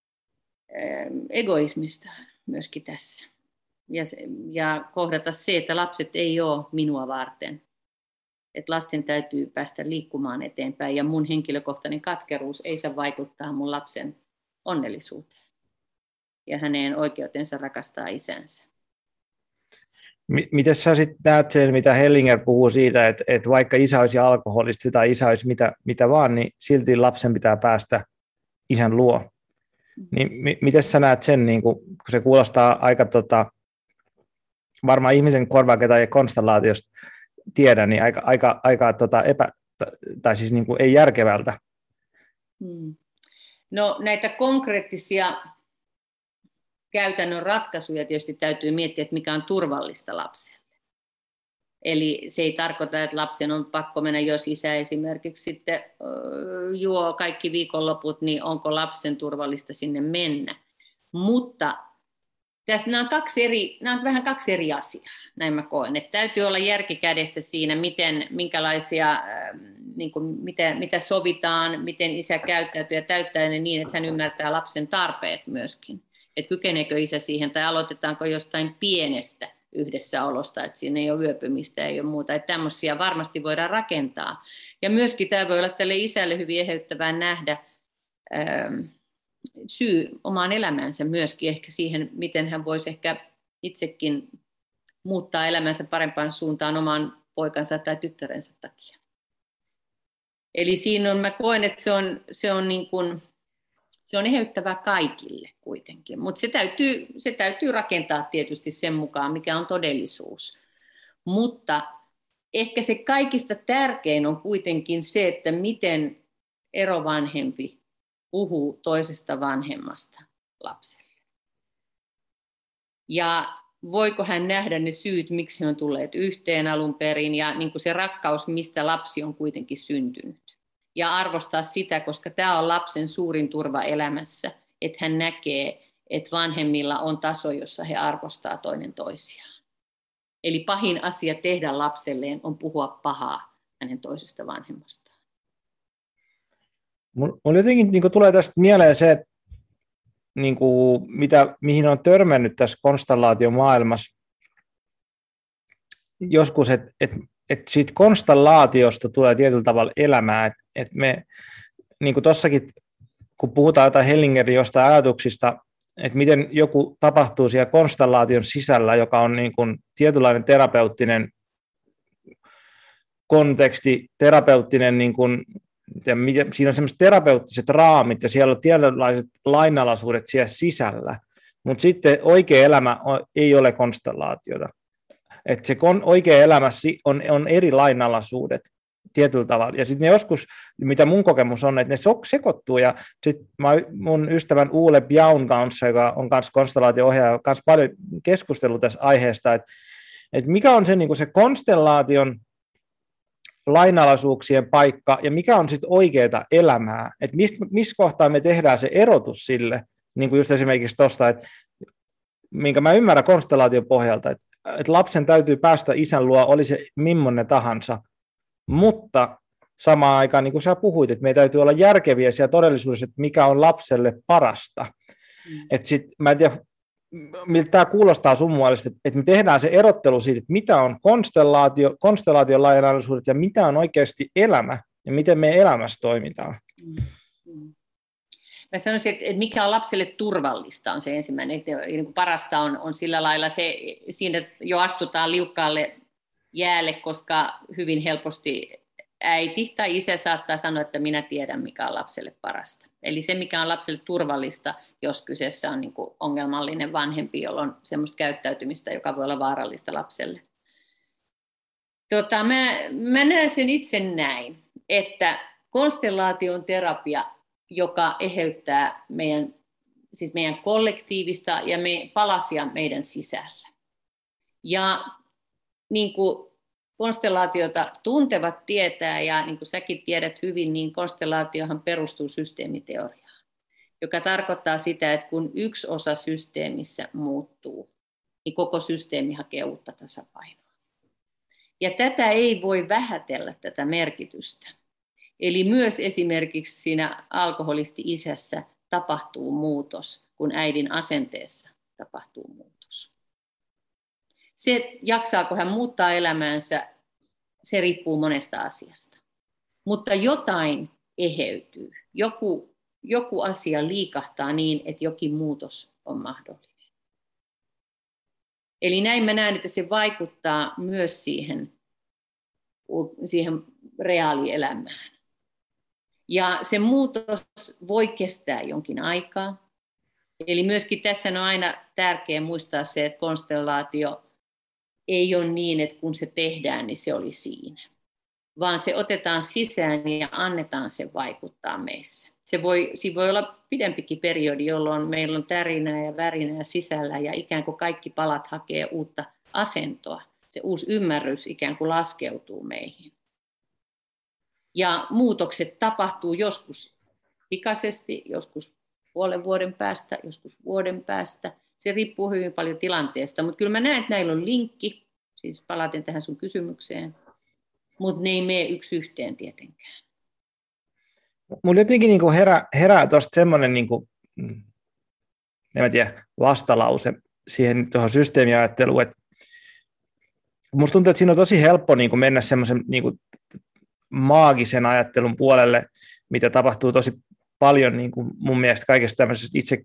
egoismistaan myöskin tässä. Ja, se, ja kohdata se, että lapset ei ole minua varten. Että lasten täytyy päästä liikkumaan eteenpäin, ja mun henkilökohtainen katkeruus ei saa vaikuttaa mun lapsen onnellisuuteen ja hänen oikeutensa rakastaa isänsä. Miten sä sitten näet sen, mitä Hellinger puhuu siitä, että, että vaikka isä olisi alkoholisti tai isä olisi mitä, mitä vaan, niin silti lapsen pitää päästä isän luo. Niin m- miten sä näet sen, niin kun, kun se kuulostaa aika tota, varmaan ihmisen korvaan, ketä ei konstellaatiosta tiedä, niin aika, aika, aika tota epä, tai siis niin kuin ei järkevältä. Hmm. No näitä konkreettisia käytännön ratkaisuja tietysti täytyy miettiä, että mikä on turvallista lapselle. Eli se ei tarkoita, että lapsen on pakko mennä, jos isä esimerkiksi sitten juo kaikki viikonloput, niin onko lapsen turvallista sinne mennä. Mutta tässä nämä on, kaksi eri, nämä on vähän kaksi eri asiaa, näin mä koen. Että täytyy olla järki kädessä siinä, miten, minkälaisia, niin kuin, mitä, mitä sovitaan, miten isä käyttäytyy ja täyttää ne niin, että hän ymmärtää lapsen tarpeet myöskin. Että kykeneekö isä siihen tai aloitetaanko jostain pienestä yhdessäolosta, että siinä ei ole yöpymistä, ei ole muuta. Että tämmöisiä varmasti voidaan rakentaa. Ja myöskin tämä voi olla tälle isälle hyvin eheyttävää nähdä ähm, syy omaan elämänsä myöskin ehkä siihen, miten hän voisi ehkä itsekin muuttaa elämänsä parempaan suuntaan oman poikansa tai tyttärensä takia. Eli siinä on, mä koen, että se on, se on, niin kuin, se on eheyttävää kaikille kuitenkin, mutta se täytyy, se täytyy rakentaa tietysti sen mukaan, mikä on todellisuus. Mutta ehkä se kaikista tärkein on kuitenkin se, että miten erovanhempi puhuu toisesta vanhemmasta lapselle. Ja voiko hän nähdä ne syyt, miksi he on tulleet yhteen alun perin, ja niin kuin se rakkaus, mistä lapsi on kuitenkin syntynyt. Ja arvostaa sitä, koska tämä on lapsen suurin turva elämässä, että hän näkee, että vanhemmilla on taso, jossa he arvostaa toinen toisiaan. Eli pahin asia tehdä lapselleen on puhua pahaa hänen toisesta vanhemmastaan. Mulla jotenkin niin kuin tulee tästä mieleen se, että niin kuin, mitä, mihin on törmännyt tässä konstellaatiomaailmassa joskus, että et, et siitä konstellaatiosta tulee tietyllä tavalla elämää, että et me, niin kuin tuossakin kun puhutaan jotain Hellingerin jostain ajatuksista, että miten joku tapahtuu siellä konstellaation sisällä, joka on niin kuin tietynlainen terapeuttinen konteksti, terapeuttinen, niin kuin, siinä on sellaiset terapeuttiset raamit ja siellä on tietynlaiset lainalaisuudet siellä sisällä, mutta sitten oikea elämä ei ole konstellaatiota. Että se oikea elämä on, on eri lainalaisuudet tietyllä tavalla. Ja sitten joskus, mitä mun kokemus on, että ne sekoittuu. Ja sitten mun ystävän Uule Bjaun kanssa, joka on myös konstellaatio-ohjaaja, on myös paljon keskustelua tässä aiheesta, että, että mikä on se, niin kuin se konstellaation lainalaisuuksien paikka ja mikä on sitten oikeaa elämää. Että missä mis kohtaa me tehdään se erotus sille, niin kuin just esimerkiksi tuosta, että minkä mä ymmärrän konstellaation pohjalta, että, että lapsen täytyy päästä isän luo, oli se millainen tahansa, mutta samaan aikaan, niin kuin sä puhuit, että meidän täytyy olla järkeviä siellä todellisuudessa, että mikä on lapselle parasta. Mm. Että sit, mä en tiedä, miltä tämä kuulostaa sun mielestä, että me tehdään se erottelu siitä, että mitä on konstellaatio, konstellaation lainalaisuudet ja mitä on oikeasti elämä ja miten me elämässä toimitaan. Mm. Mä sanoisin, että mikä on lapselle turvallista on se ensimmäinen. Että parasta on, on sillä lailla se, siinä jo astutaan liukkaalle jäälle, koska hyvin helposti äiti tai isä saattaa sanoa, että minä tiedän, mikä on lapselle parasta. Eli se, mikä on lapselle turvallista, jos kyseessä on niin kuin ongelmallinen vanhempi, jolla on semmoista käyttäytymistä, joka voi olla vaarallista lapselle. Tota, mä, mä näen sen itse näin, että konstellaation terapia, joka eheyttää meidän, siis meidän kollektiivista ja me, palasia meidän sisällä. Ja niin kuin konstellaatiota tuntevat tietää, ja niin kuin säkin tiedät hyvin, niin konstellaatiohan perustuu systeemiteoriaan, joka tarkoittaa sitä, että kun yksi osa systeemissä muuttuu, niin koko systeemi hakee uutta tasapainoa. Ja tätä ei voi vähätellä, tätä merkitystä. Eli myös esimerkiksi siinä alkoholisti-isässä tapahtuu muutos, kun äidin asenteessa tapahtuu muutos. Se, jaksaako hän muuttaa elämäänsä, se riippuu monesta asiasta. Mutta jotain eheytyy. Joku, joku asia liikahtaa niin, että jokin muutos on mahdollinen. Eli näin mä näen, että se vaikuttaa myös siihen, siihen reaalielämään. Ja se muutos voi kestää jonkin aikaa. Eli myöskin tässä on aina tärkeää muistaa se, että konstellaatio ei ole niin, että kun se tehdään, niin se oli siinä. Vaan se otetaan sisään ja annetaan sen vaikuttaa meissä. Se voi, siinä voi olla pidempikin periodi, jolloin meillä on tärinää ja värinää sisällä ja ikään kuin kaikki palat hakee uutta asentoa. Se uusi ymmärrys ikään kuin laskeutuu meihin. Ja muutokset tapahtuu joskus pikaisesti, joskus puolen vuoden päästä, joskus vuoden päästä. Se riippuu hyvin paljon tilanteesta, mutta kyllä mä näen, että näillä on linkki, siis palaten tähän sun kysymykseen, mutta ne ei mene yksi yhteen tietenkään. Mulla jotenkin niin kuin herää, herää tuosta semmoinen, niin kuin, en mä tiedä, vastalause siihen tuohon systeemiajatteluun, että musta tuntuu, että siinä on tosi helppo niin kuin mennä semmoisen niin kuin maagisen ajattelun puolelle, mitä tapahtuu tosi paljon niin kuin mun mielestä kaikessa tämmöisessä itse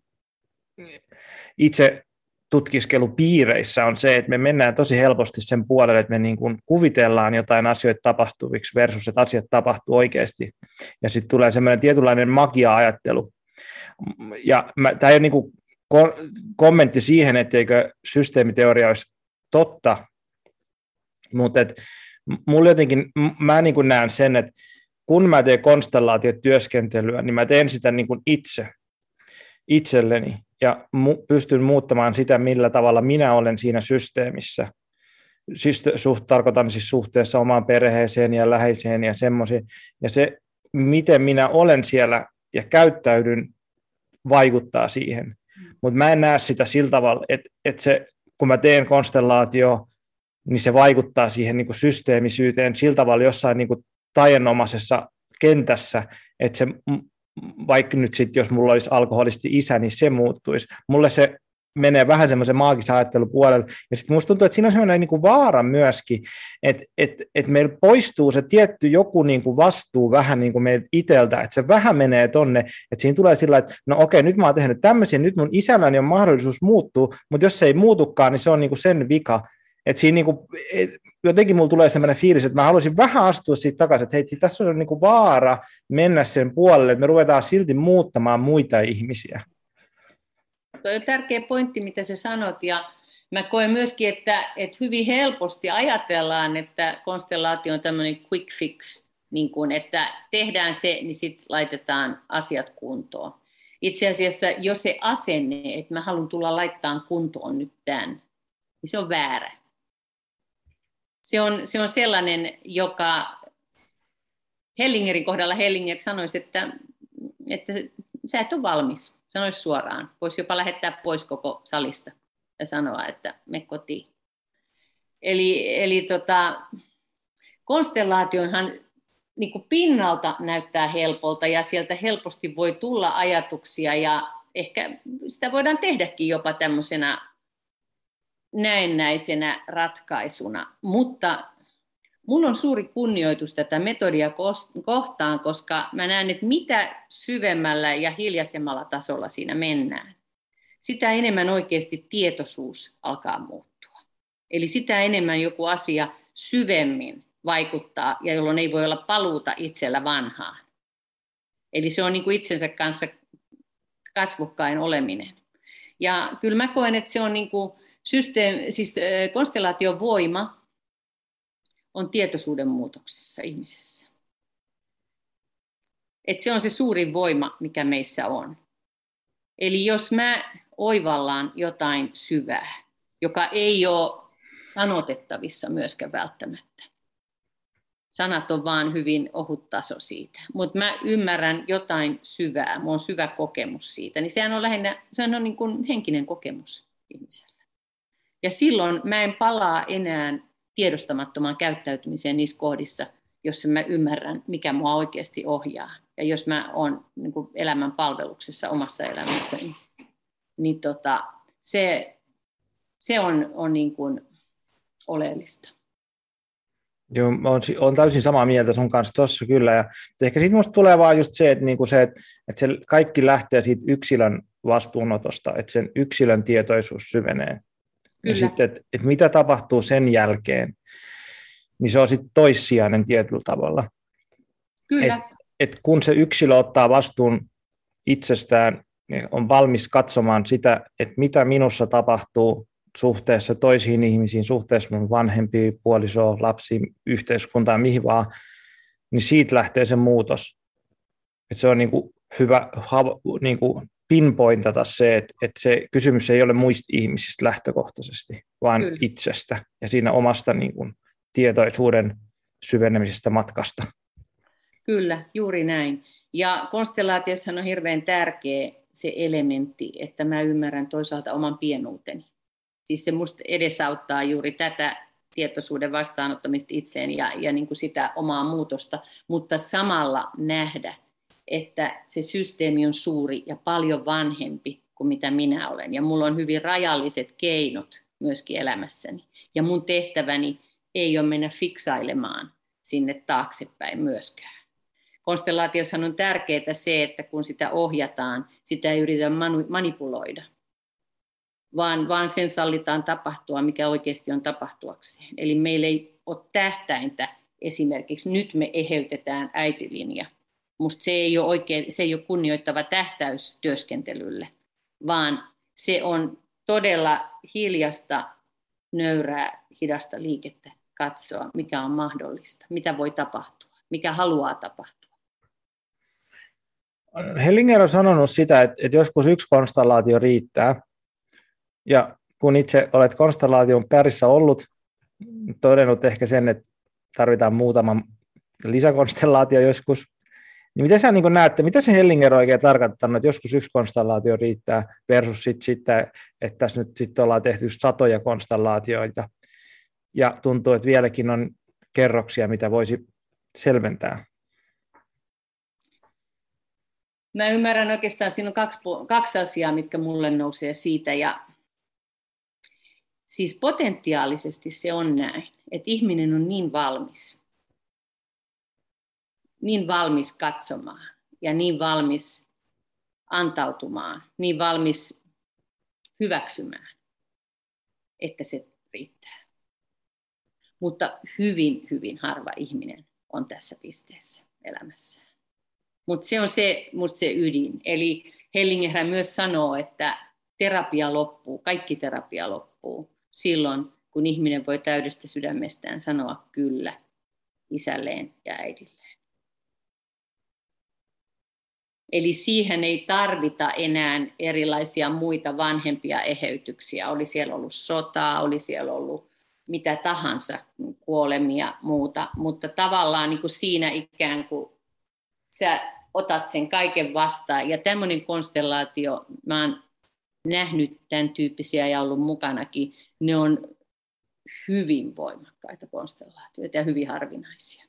itse tutkiskelupiireissä on se, että me mennään tosi helposti sen puolelle, että me niin kuin kuvitellaan jotain asioita tapahtuviksi versus, että asiat tapahtuu oikeasti. Ja sitten tulee semmoinen tietynlainen magia-ajattelu. Ja mä, tämä ei ole niin kuin kommentti siihen, etteikö systeemiteoria olisi totta, mutta et, mulla jotenkin, mä niin kuin näen sen, että kun mä teen konstellaatiotyöskentelyä, niin mä teen sitä niin kuin itse, itselleni. Ja mu- pystyn muuttamaan sitä, millä tavalla minä olen siinä systeemissä. Siis suht, tarkoitan siis suhteessa omaan perheeseen ja läheiseen ja semmoisiin. Ja se, miten minä olen siellä ja käyttäydyn, vaikuttaa siihen. Mm. Mutta mä en näe sitä sillä tavalla, että, että se, kun mä teen konstellaatio, niin se vaikuttaa siihen niin kuin systeemisyyteen sillä tavalla jossain niin kuin taianomaisessa kentässä, että se vaikka nyt sitten, jos mulla olisi alkoholisti isä, niin se muuttuisi. Mulle se menee vähän semmoisen maagisen ajattelupuolelle. Ja sitten musta tuntuu, että siinä on semmoinen niin kuin vaara myöskin, että et, et meillä poistuu se tietty joku niin kuin vastuu vähän niin kuin meiltä itseltä, että se vähän menee tonne, että siinä tulee sillä että no okei, nyt mä oon tehnyt tämmöisiä, nyt mun isälläni on mahdollisuus muuttua, mutta jos se ei muutukaan, niin se on niin kuin sen vika. Että siinä niin kuin, et, jotenkin mulla tulee sellainen fiilis, että mä haluaisin vähän astua siitä takaisin, että hei, tässä on niin kuin vaara mennä sen puolelle, että me ruvetaan silti muuttamaan muita ihmisiä. Tuo on tärkeä pointti, mitä sä sanot, ja mä koen myöskin, että, että hyvin helposti ajatellaan, että konstellaatio on tämmöinen quick fix, niin kuin, että tehdään se, niin sitten laitetaan asiat kuntoon. Itse asiassa jo se asenne, että mä haluan tulla laittaa kuntoon nyt tämän, niin se on väärä. Se on, se on sellainen, joka Hellingerin kohdalla Hellinger sanoisi, että, että sä et ole valmis. Sanoisi suoraan. Voisi jopa lähettää pois koko salista ja sanoa, että me kotiin. Eli, eli tota, konstellaationhan niin kuin pinnalta näyttää helpolta ja sieltä helposti voi tulla ajatuksia ja ehkä sitä voidaan tehdäkin jopa tämmöisenä näennäisenä ratkaisuna, mutta mun on suuri kunnioitus tätä metodia kohtaan, koska mä näen, että mitä syvemmällä ja hiljaisemmalla tasolla siinä mennään, sitä enemmän oikeasti tietoisuus alkaa muuttua. Eli sitä enemmän joku asia syvemmin vaikuttaa ja jolloin ei voi olla paluuta itsellä vanhaan. Eli se on niin kuin itsensä kanssa kasvokkain oleminen. Ja kyllä mä koen, että se on niin kuin systeemi, siis konstellaation voima on tietoisuuden muutoksessa ihmisessä. Et se on se suurin voima, mikä meissä on. Eli jos mä oivallaan jotain syvää, joka ei ole sanotettavissa myöskään välttämättä. Sanat on vaan hyvin ohut taso siitä. Mutta mä ymmärrän jotain syvää, mulla on syvä kokemus siitä. Niin sehän on lähinnä, sehän on niin kuin henkinen kokemus ihmisellä. Ja silloin mä en palaa enää tiedostamattomaan käyttäytymiseen niissä kohdissa, jossa mä ymmärrän, mikä mua oikeasti ohjaa. Ja jos mä oon niin kuin elämän palveluksessa omassa elämässäni, niin tota, se, se on, on niin kuin oleellista. Joo, olen, olen täysin samaa mieltä sun kanssa tuossa kyllä. Ja ehkä sitten musta tulee vaan just se, että, niinku se, että, että se kaikki lähtee siitä yksilön vastuunotosta, että sen yksilön tietoisuus syvenee. Kyllä. Ja sitten, että, että mitä tapahtuu sen jälkeen, niin se on sitten toissijainen tietyllä tavalla. Kyllä. Et, et kun se yksilö ottaa vastuun itsestään, niin on valmis katsomaan sitä, että mitä minussa tapahtuu suhteessa toisiin ihmisiin, suhteessa mun vanhempiin, puolisoon, lapsiin, yhteiskuntaan, mihin vaan, niin siitä lähtee se muutos. Et se on niinku hyvä niinku pinpointata se, että et se kysymys ei ole muista ihmisistä lähtökohtaisesti, vaan Kyllä. itsestä ja siinä omasta niinku tietoisuuden syvenemisestä matkasta. Kyllä, juuri näin. Ja konstellaatiossa on hirveän tärkeä se elementti, että mä ymmärrän toisaalta oman pienuuteni. Siis se musta edesauttaa juuri tätä tietoisuuden vastaanottamista itseen ja, ja niin kuin sitä omaa muutosta, mutta samalla nähdä, että se systeemi on suuri ja paljon vanhempi kuin mitä minä olen. Ja mulla on hyvin rajalliset keinot myöskin elämässäni. Ja mun tehtäväni ei ole mennä fiksailemaan sinne taaksepäin myöskään. Konstellaatiossahan on tärkeää se, että kun sitä ohjataan, sitä ei yritä manipuloida. Vaan, vaan sen sallitaan tapahtua, mikä oikeasti on tapahtuakseen. Eli meillä ei ole tähtäintä esimerkiksi, nyt me eheytetään äitilinja. Musta se ei ole, oikein, se ei ole kunnioittava tähtäys työskentelylle, vaan se on todella hiljasta, nöyrää, hidasta liikettä katsoa, mikä on mahdollista, mitä voi tapahtua, mikä haluaa tapahtua. Hellinger on sanonut sitä, että, että joskus yksi konstellaatio riittää. Ja kun itse olet konstellaation pärissä ollut, todennut ehkä sen, että tarvitaan muutama lisäkonstellaatio joskus, niin miten sä niin näette, mitä se Hellinger on oikein tarkoittanut, että joskus yksi konstellaatio riittää versus sit sitten, että tässä nyt sitten ollaan tehty satoja konstellaatioita ja tuntuu, että vieläkin on kerroksia, mitä voisi selventää? Mä ymmärrän oikeastaan, siinä on kaksi, kaksi asiaa, mitkä mulle nousee siitä, ja Siis potentiaalisesti se on näin, että ihminen on niin valmis, niin valmis katsomaan ja niin valmis antautumaan, niin valmis hyväksymään, että se riittää. Mutta hyvin, hyvin harva ihminen on tässä pisteessä elämässään. Mutta se on se, musta se ydin. Eli Hellingerhän myös sanoo, että terapia loppuu, kaikki terapia loppuu silloin, kun ihminen voi täydestä sydämestään sanoa kyllä isälleen ja äidilleen. Eli siihen ei tarvita enää erilaisia muita vanhempia eheytyksiä. Oli siellä ollut sotaa, oli siellä ollut mitä tahansa, kuolemia, muuta. Mutta tavallaan niin kuin siinä ikään kuin sä otat sen kaiken vastaan. Ja tämmöinen konstellaatio, mä oon nähnyt tämän tyyppisiä ja ollut mukanakin, ne on hyvin voimakkaita konstellaatioita ja hyvin harvinaisia.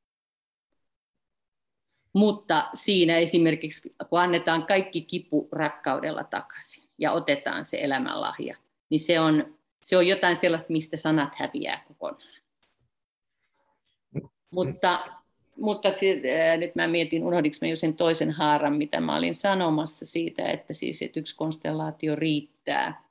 Mutta siinä esimerkiksi, kun annetaan kaikki kipu rakkaudella takaisin ja otetaan se elämänlahja, niin se on, se on jotain sellaista, mistä sanat häviää kokonaan. Mutta, mutta se, ää, nyt mä mietin, unohdinko mä jo sen toisen haaran, mitä mä olin sanomassa siitä, että, siis, että yksi konstellaatio riittää.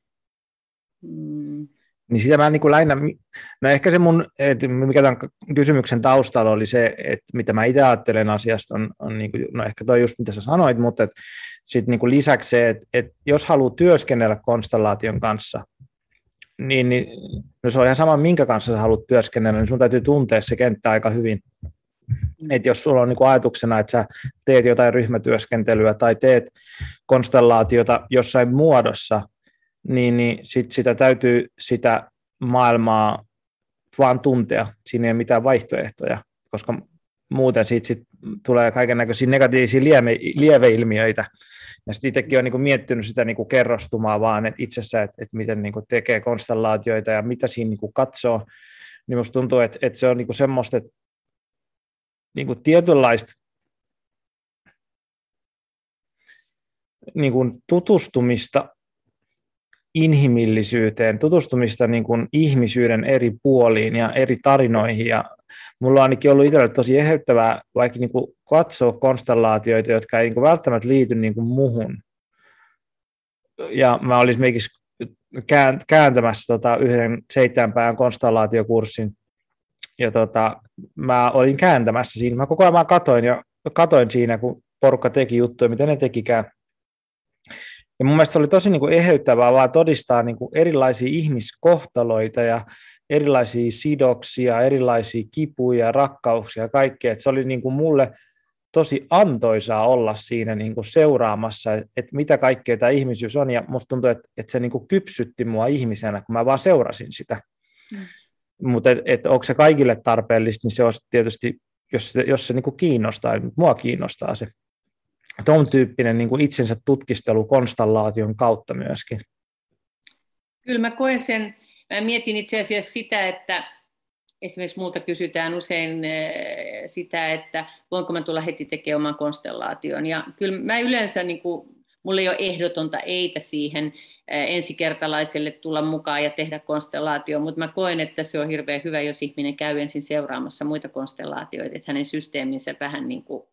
Mm. Niin sitä mä niin kuin lähinnä, no ehkä se mun, että mikä tämän kysymyksen taustalla oli se, että mitä mä itse ajattelen asiasta, on, on niin kuin, no ehkä toi just mitä sä sanoit, mutta sitten niin lisäksi se, että, että jos haluaa työskennellä konstellaation kanssa, niin, niin no se on ihan sama, minkä kanssa sä haluat työskennellä, niin sun täytyy tuntea se kenttä aika hyvin. Että jos sulla on niin kuin ajatuksena, että sä teet jotain ryhmätyöskentelyä tai teet konstellaatiota jossain muodossa, niin, niin sit sitä täytyy sitä maailmaa vaan tuntea. Siinä ei ole mitään vaihtoehtoja, koska muuten siitä sit tulee kaikennäköisiä negatiivisia lieve, lieveilmiöitä. Ja sitten itsekin olen niinku miettinyt sitä niinku kerrostumaa vaan, että itsessä, että et miten niinku tekee konstellaatioita ja mitä siinä niinku katsoo. Niin musta tuntuu, että et se on niinku semmoista, että niinku tietynlaista niinku tutustumista inhimillisyyteen, tutustumista niin kuin ihmisyyden eri puoliin ja eri tarinoihin. Ja mulla on ainakin ollut itselle tosi eheyttävää vaikka niin kuin katsoa konstellaatioita, jotka ei niin kuin välttämättä liity niin kuin muhun. Ja mä olin esimerkiksi kääntämässä tota yhden seitsemän päivän konstellaatiokurssin, ja tota, mä olin kääntämässä siinä. Mä koko ajan vaan katoin, ja katoin siinä, kun porukka teki juttuja, mitä ne tekikään. Ja mun mielestä se oli tosi niin kuin eheyttävää vaan todistaa niin kuin erilaisia ihmiskohtaloita ja erilaisia sidoksia, erilaisia kipuja, rakkauksia ja kaikkea. Että se oli niin kuin mulle tosi antoisaa olla siinä niin kuin seuraamassa, että mitä kaikkea tämä ihmisyys on. Ja musta tuntuu, että, että se niin kuin kypsytti mua ihmisenä, kun mä vaan seurasin sitä. Mm. Mutta että et, onko se kaikille tarpeellista, niin se on tietysti, jos, jos se niin kuin kiinnostaa, niin mua kiinnostaa se. Tuon tyyppinen niin kuin itsensä tutkistelu konstellaation kautta myöskin. Kyllä mä koen sen, mä mietin itse asiassa sitä, että esimerkiksi multa kysytään usein sitä, että voinko mä tulla heti tekemään oman konstellaation. Ja kyllä mä yleensä, niin kuin, mulla ei ole ehdotonta eitä siihen ensikertalaiselle tulla mukaan ja tehdä konstellaatio, mutta mä koen, että se on hirveän hyvä, jos ihminen käy ensin seuraamassa muita konstellaatioita, että hänen systeeminsä vähän niin kuin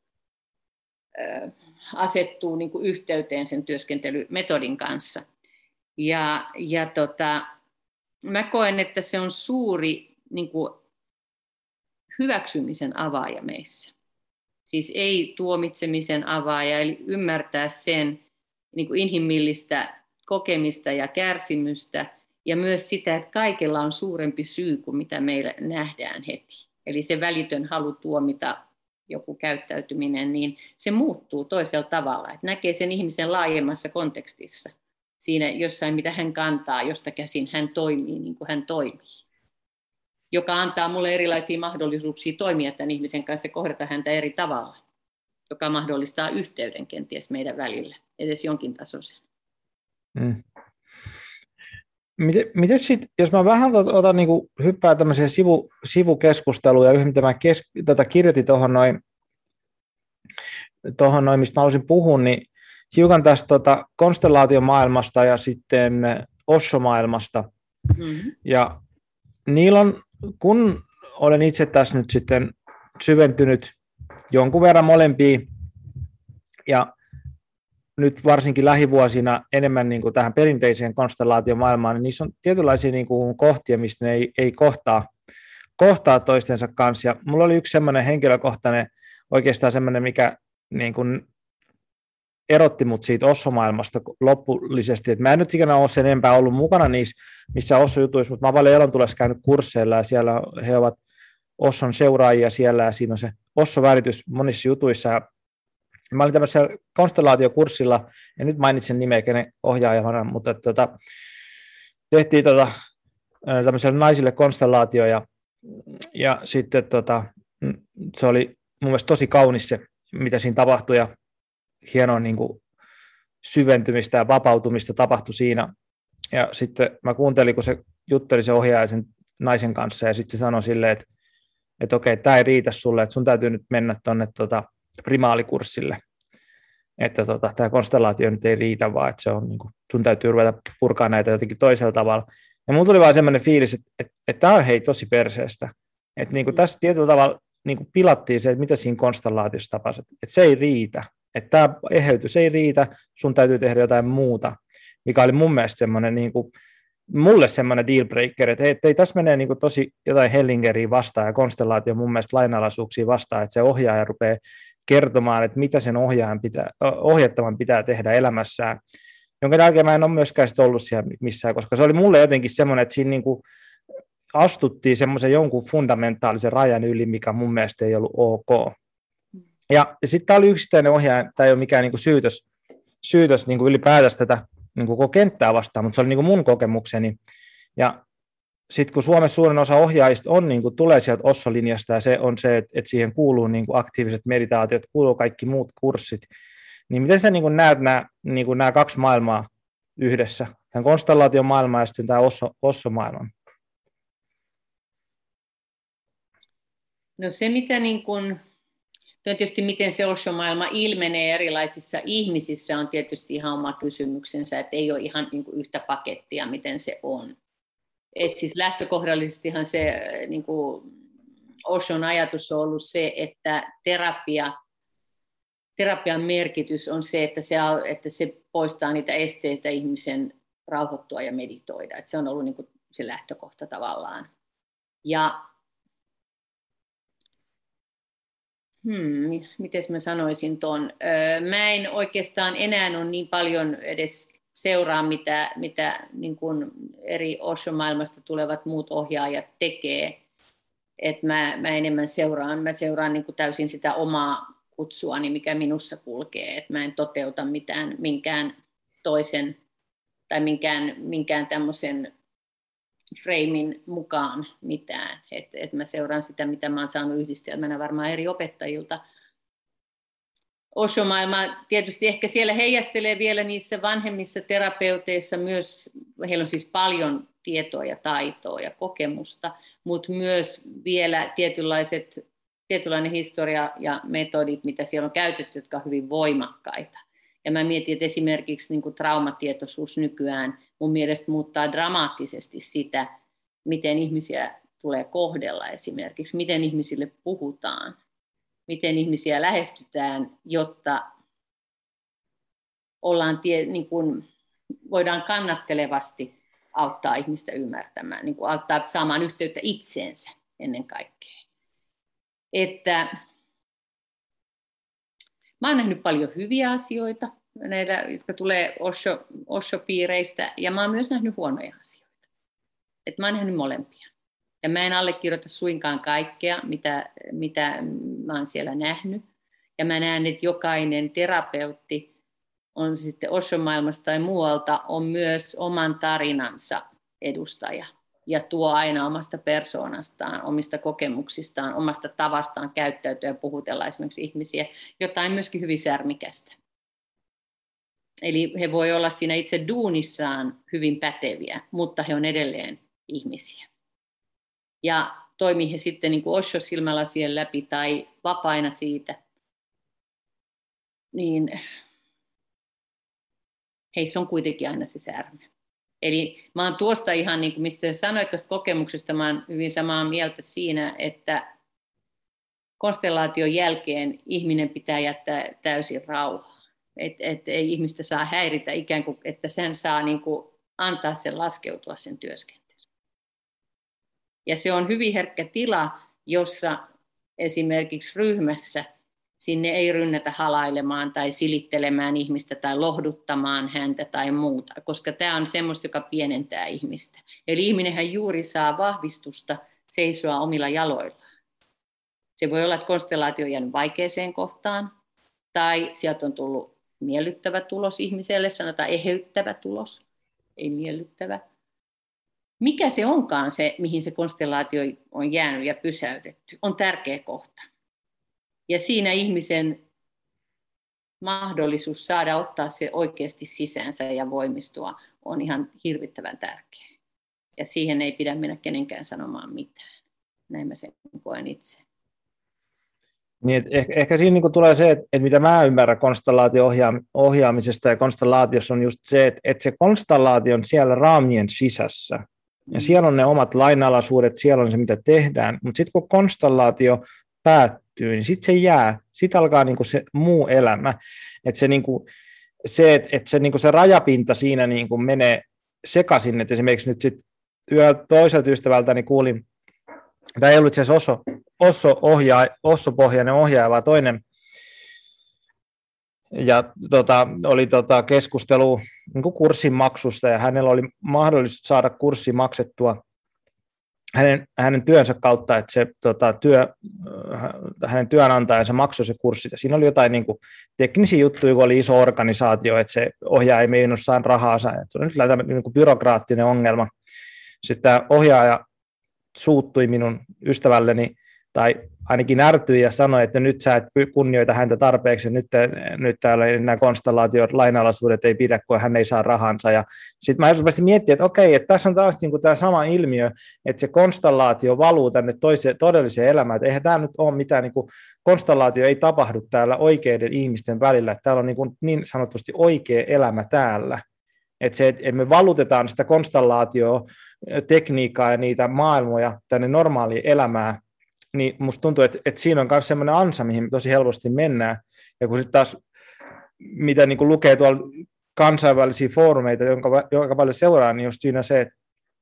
asettuu niin kuin yhteyteen sen työskentelymetodin kanssa. Ja, ja tota, mä koen, että se on suuri niin kuin hyväksymisen avaaja meissä. Siis ei tuomitsemisen avaaja, eli ymmärtää sen niin kuin inhimillistä kokemista ja kärsimystä, ja myös sitä, että kaikella on suurempi syy kuin mitä meillä nähdään heti. Eli se välitön halu tuomita joku käyttäytyminen, niin se muuttuu toisella tavalla. Että näkee sen ihmisen laajemmassa kontekstissa. Siinä jossain, mitä hän kantaa, josta käsin hän toimii niin kuin hän toimii. Joka antaa mulle erilaisia mahdollisuuksia toimia tämän ihmisen kanssa ja kohdata häntä eri tavalla. Joka mahdollistaa yhteyden kenties meidän välillä, edes jonkin tasoisen. Mm. Miten, miten sitten, jos mä vähän otan niin kuin hyppää tämmöiseen sivu, sivukeskusteluun ja yhden, mitä mä kes, tätä kirjoitin tuohon noin, tohon noin, mistä mä haluaisin puhua, niin hiukan tästä tota, konstellaatiomaailmasta ja sitten Osho-maailmasta. Mm-hmm. Ja niillä on, kun olen itse tässä nyt sitten syventynyt jonkun verran molempiin, ja nyt varsinkin lähivuosina enemmän niin kuin tähän perinteiseen konstellaatiomaailmaan, niin niissä on tietynlaisia niin kuin kohtia, mistä ne ei, ei kohtaa, kohtaa toistensa kanssa. Ja mulla oli yksi semmoinen henkilökohtainen, oikeastaan semmoinen, mikä niin kuin erotti mut siitä Osso-maailmasta lopullisesti. Et mä en nyt ikinä ole sen enempää ollut mukana niissä, missä Osso-jutuissa, mutta mä olen paljon Elontulessa käynyt kursseilla, ja siellä he ovat Osson seuraajia siellä, ja siinä on se Osso-väritys monissa jutuissa. Ja mä olin tämmöisellä konstellaatiokurssilla, ja nyt mainitsen nimeä, kenen ohjaajana, mutta tota, tehtiin tota, tämmöiselle naisille konstellaatio, ja, ja sitten tota, se oli mun mielestä tosi kaunis se, mitä siinä tapahtui, ja hienoa niin kuin syventymistä ja vapautumista tapahtui siinä. Ja sitten mä kuuntelin, kun se jutteli se ohjaaja sen naisen kanssa, ja sitten se sanoi silleen, että, että okei, tämä ei riitä sulle, että sun täytyy nyt mennä tuonne tota, primaalikurssille. Että tota, tämä konstellaatio nyt ei riitä, vaan että se on, niin kuin, sun täytyy ruveta purkaa näitä jotenkin toisella tavalla. Ja mulla tuli vaan semmoinen fiilis, että, että, että tämä on hei tosi perseestä. Että niin kuin tässä tietyllä tavalla niin kuin pilattiin se, että mitä siinä konstellaatiossa tapasi. Että se ei riitä. Että tämä eheytys ei riitä, sun täytyy tehdä jotain muuta, mikä oli mun mielestä semmoinen, niin kuin, mulle semmoinen dealbreaker, että, että ei tässä menee niin kuin tosi jotain Hellingeriä vastaan ja konstellaatio mun mielestä lainalaisuuksia vastaan, että se ohjaaja rupeaa kertomaan, että mitä sen ohjaajan pitää, ohjattavan pitää tehdä elämässään, jonka jälkeen mä en ole myöskään ollut siellä missään, koska se oli mulle jotenkin semmoinen, että siinä niin kuin astuttiin semmoisen jonkun fundamentaalisen rajan yli, mikä mun mielestä ei ollut ok. Ja, ja sitten tämä oli yksittäinen ohjaaja, tämä ei ole mikään niinku syytös, syytös niinku ylipäätänsä tätä niinku koko kenttää vastaan, mutta se oli niinku mun kokemukseni. Ja sitten kun Suomessa suurin osa ohjaajista on, niinku, tulee sieltä Osso-linjasta, ja se on se, että et siihen kuuluu niinku aktiiviset meditaatiot, kuuluu kaikki muut kurssit, niin miten sä niinku näet nämä niinku kaksi maailmaa yhdessä, tämän konstellaation maailmaa ja sitten tämä Osso, Osso-maailman? No se, mitä niin kun tietysti miten se Osho-maailma ilmenee erilaisissa ihmisissä on tietysti ihan oma kysymyksensä, että ei ole ihan niin kuin yhtä pakettia, miten se on. Et siis lähtökohdallisestihan se niin kuin Oshon ajatus on ollut se, että terapia, terapian merkitys on se, että se, että se poistaa niitä esteitä ihmisen rauhoittua ja meditoida. Et se on ollut niin kuin se lähtökohta tavallaan. Ja Hmm, miten mä sanoisin ton? Öö, mä en oikeastaan enää ole niin paljon edes seuraa, mitä, mitä niin kuin eri Osho-maailmasta tulevat muut ohjaajat tekee. Et mä, mä enemmän seuraan, mä seuraan niin kuin täysin sitä omaa kutsuani, mikä minussa kulkee. Et mä en toteuta mitään, minkään toisen tai minkään, minkään tämmöisen freimin mukaan mitään. Et, et mä seuraan sitä, mitä mä oon saanut yhdistelmänä varmaan eri opettajilta. Osho-maailma tietysti ehkä siellä heijastelee vielä niissä vanhemmissa terapeuteissa myös, heillä on siis paljon tietoa ja taitoa ja kokemusta, mutta myös vielä tietynlaiset, tietynlainen historia ja metodit, mitä siellä on käytetty, jotka on hyvin voimakkaita. Ja mä mietin, että esimerkiksi niin kuin traumatietoisuus nykyään mun mielestä muuttaa dramaattisesti sitä, miten ihmisiä tulee kohdella esimerkiksi, miten ihmisille puhutaan, miten ihmisiä lähestytään, jotta ollaan tie, niin kuin voidaan kannattelevasti auttaa ihmistä ymmärtämään, niin kuin auttaa saamaan yhteyttä itseensä ennen kaikkea. Että mä oon nähnyt paljon hyviä asioita, näitä, jotka tulee Osho, Osho-piireistä, ja mä oon myös nähnyt huonoja asioita. Et mä oon nähnyt molempia. Ja mä en allekirjoita suinkaan kaikkea, mitä, mitä mä oon siellä nähnyt. Ja mä näen, että jokainen terapeutti, on sitten Osho-maailmasta tai muualta, on myös oman tarinansa edustaja. Ja tuo aina omasta persoonastaan, omista kokemuksistaan, omasta tavastaan käyttäytyä ja puhutella esimerkiksi ihmisiä, jotain myöskin hyvin särmikästä. Eli he voi olla siinä itse duunissaan hyvin päteviä, mutta he on edelleen ihmisiä. Ja toimii he sitten niin kuin Osho-silmälasien läpi tai vapaina siitä, niin heissä on kuitenkin aina se särmy. Eli mä oon tuosta ihan, niin kuin mistä sanoit tuosta kokemuksesta, mä oon hyvin samaa mieltä siinä, että konstellaation jälkeen ihminen pitää jättää täysin rauhaa. Että et ei ihmistä saa häiritä ikään kuin, että sen saa niin kuin antaa sen laskeutua sen työskentelyyn. Ja se on hyvin herkkä tila, jossa esimerkiksi ryhmässä sinne ei rynnätä halailemaan tai silittelemään ihmistä tai lohduttamaan häntä tai muuta, koska tämä on semmoista, joka pienentää ihmistä. Eli ihminenhän juuri saa vahvistusta seisoa omilla jaloillaan. Se voi olla, että konstellaatio on jäänyt vaikeaseen kohtaan, tai sieltä on tullut miellyttävä tulos ihmiselle, sanotaan eheyttävä tulos, ei miellyttävä. Mikä se onkaan se, mihin se konstellaatio on jäänyt ja pysäytetty, on tärkeä kohta. Ja siinä ihmisen mahdollisuus saada ottaa se oikeasti sisäänsä ja voimistua on ihan hirvittävän tärkeä. Ja siihen ei pidä mennä kenenkään sanomaan mitään. Näin mä sen koen itse. Niin, ehkä, ehkä siinä niin tulee se, että, että mitä mä ymmärrän konstellaatio-ohjaamisesta ja konstellaatiossa on just se, että, että se konstellaatio on siellä raamien sisässä. Ja siellä on ne omat lainalaisuudet, siellä on se, mitä tehdään. Mutta sitten kun konstellaatio päättyy, niin sitten se jää. Sitten alkaa niinku se muu elämä. Että se, niinku, se, et, et se, niinku se rajapinta siinä niinku menee sekaisin. Et esimerkiksi nyt sit yöltä toiselta ystävältäni kuulin, tämä ei ollut itse asiassa Osso, Osso, ohjaa, Osso-pohjainen ohjaaja, vaan toinen. Ja tota, oli tota keskustelu niin kurssin maksusta, ja hänellä oli mahdollisuus saada kurssi maksettua hänen, hänen työnsä kautta, että se tota, työ, hänen työnantajansa maksoi se kurssi. Ja siinä oli jotain niin kuin teknisiä juttuja, kun oli iso organisaatio, että se ohjaaja ei meinannut saada rahaa, että se oli nyt niin kuin byrokraattinen ongelma. Sitten tämä ohjaaja suuttui minun ystävälleni, tai ainakin ärtyi ja sanoi, että nyt sä et kunnioita häntä tarpeeksi, nyt, nyt täällä nämä konstellaatiot, lainalaisuudet ei pidä, kun hän ei saa rahansa. Ja sitten mä rupesin miettimään, että okei, että tässä on taas niin kuin tämä sama ilmiö, että se konstellaatio valuu tänne toiseen, todelliseen elämään, että eihän tämä nyt ole mitään, niin kuin, konstellaatio ei tapahdu täällä oikeiden ihmisten välillä, että täällä on niin, kuin niin sanotusti oikea elämä täällä. Että se, että me valutetaan sitä konstellaatiotekniikkaa ja niitä maailmoja tänne normaaliin elämään, niin musta tuntuu, että, että siinä on myös semmoinen ansa, mihin me tosi helposti mennään. Ja kun sitten taas, mitä niin kuin lukee tuolla kansainvälisiä foorumeita, jonka, jonka paljon seuraa, niin just siinä se, että,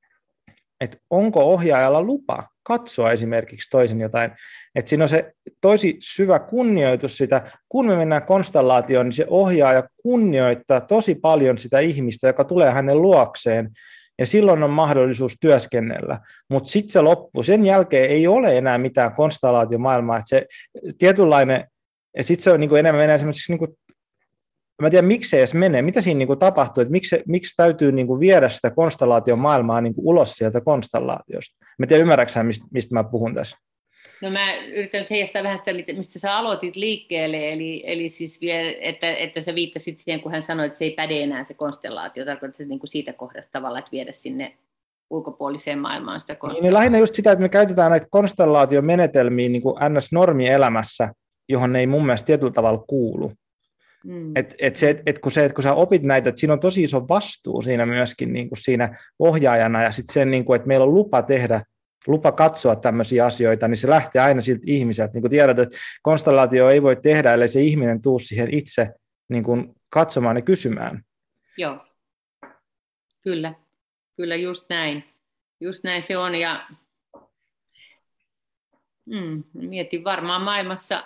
että onko ohjaajalla lupa katsoa esimerkiksi toisen jotain. Että siinä on se tosi syvä kunnioitus sitä, kun me mennään konstellaatioon, niin se ohjaaja kunnioittaa tosi paljon sitä ihmistä, joka tulee hänen luokseen, ja silloin on mahdollisuus työskennellä. Mutta sitten se loppu, sen jälkeen ei ole enää mitään konstellaatiomaailmaa, että se tietynlainen, ja sitten se on niinku enemmän enää semmoisiksi, niinku, mä en tiedä miksi se edes menee, mitä siinä niinku tapahtuu, että miksi, miksi täytyy niinku viedä sitä konstellaatiomaailmaa niinku ulos sieltä konstellaatiosta. Mä en tiedä, ymmärrätkö mistä, mistä mä puhun tässä? No mä yritän nyt heijastaa vähän sitä, mistä sä aloitit liikkeelle, eli, eli siis vielä, että, että sä viittasit siihen, kun hän sanoi, että se ei päde enää se konstellaatio, tarkoittaa niin kuin siitä kohdasta tavalla, että viedä sinne ulkopuoliseen maailmaan sitä konstellaatiota. Niin, lähinnä just sitä, että me käytetään näitä konstellaatiomenetelmiä niin kuin ns-normielämässä, johon ne ei mun mielestä tietyllä tavalla kuulu. Mm. Et, et se, et, et kun, se, et kun sä opit näitä, että siinä on tosi iso vastuu siinä myöskin niin kuin siinä ohjaajana, ja sitten sen, niin kuin, että meillä on lupa tehdä, lupa katsoa tämmöisiä asioita, niin se lähtee aina siltä ihmiseltä. Niin kuin tiedät, että konstellaatio ei voi tehdä, ellei se ihminen tuu siihen itse niin kuin katsomaan ja kysymään. Joo, kyllä. Kyllä just näin. Just näin se on. Ja mm, mietin varmaan maailmassa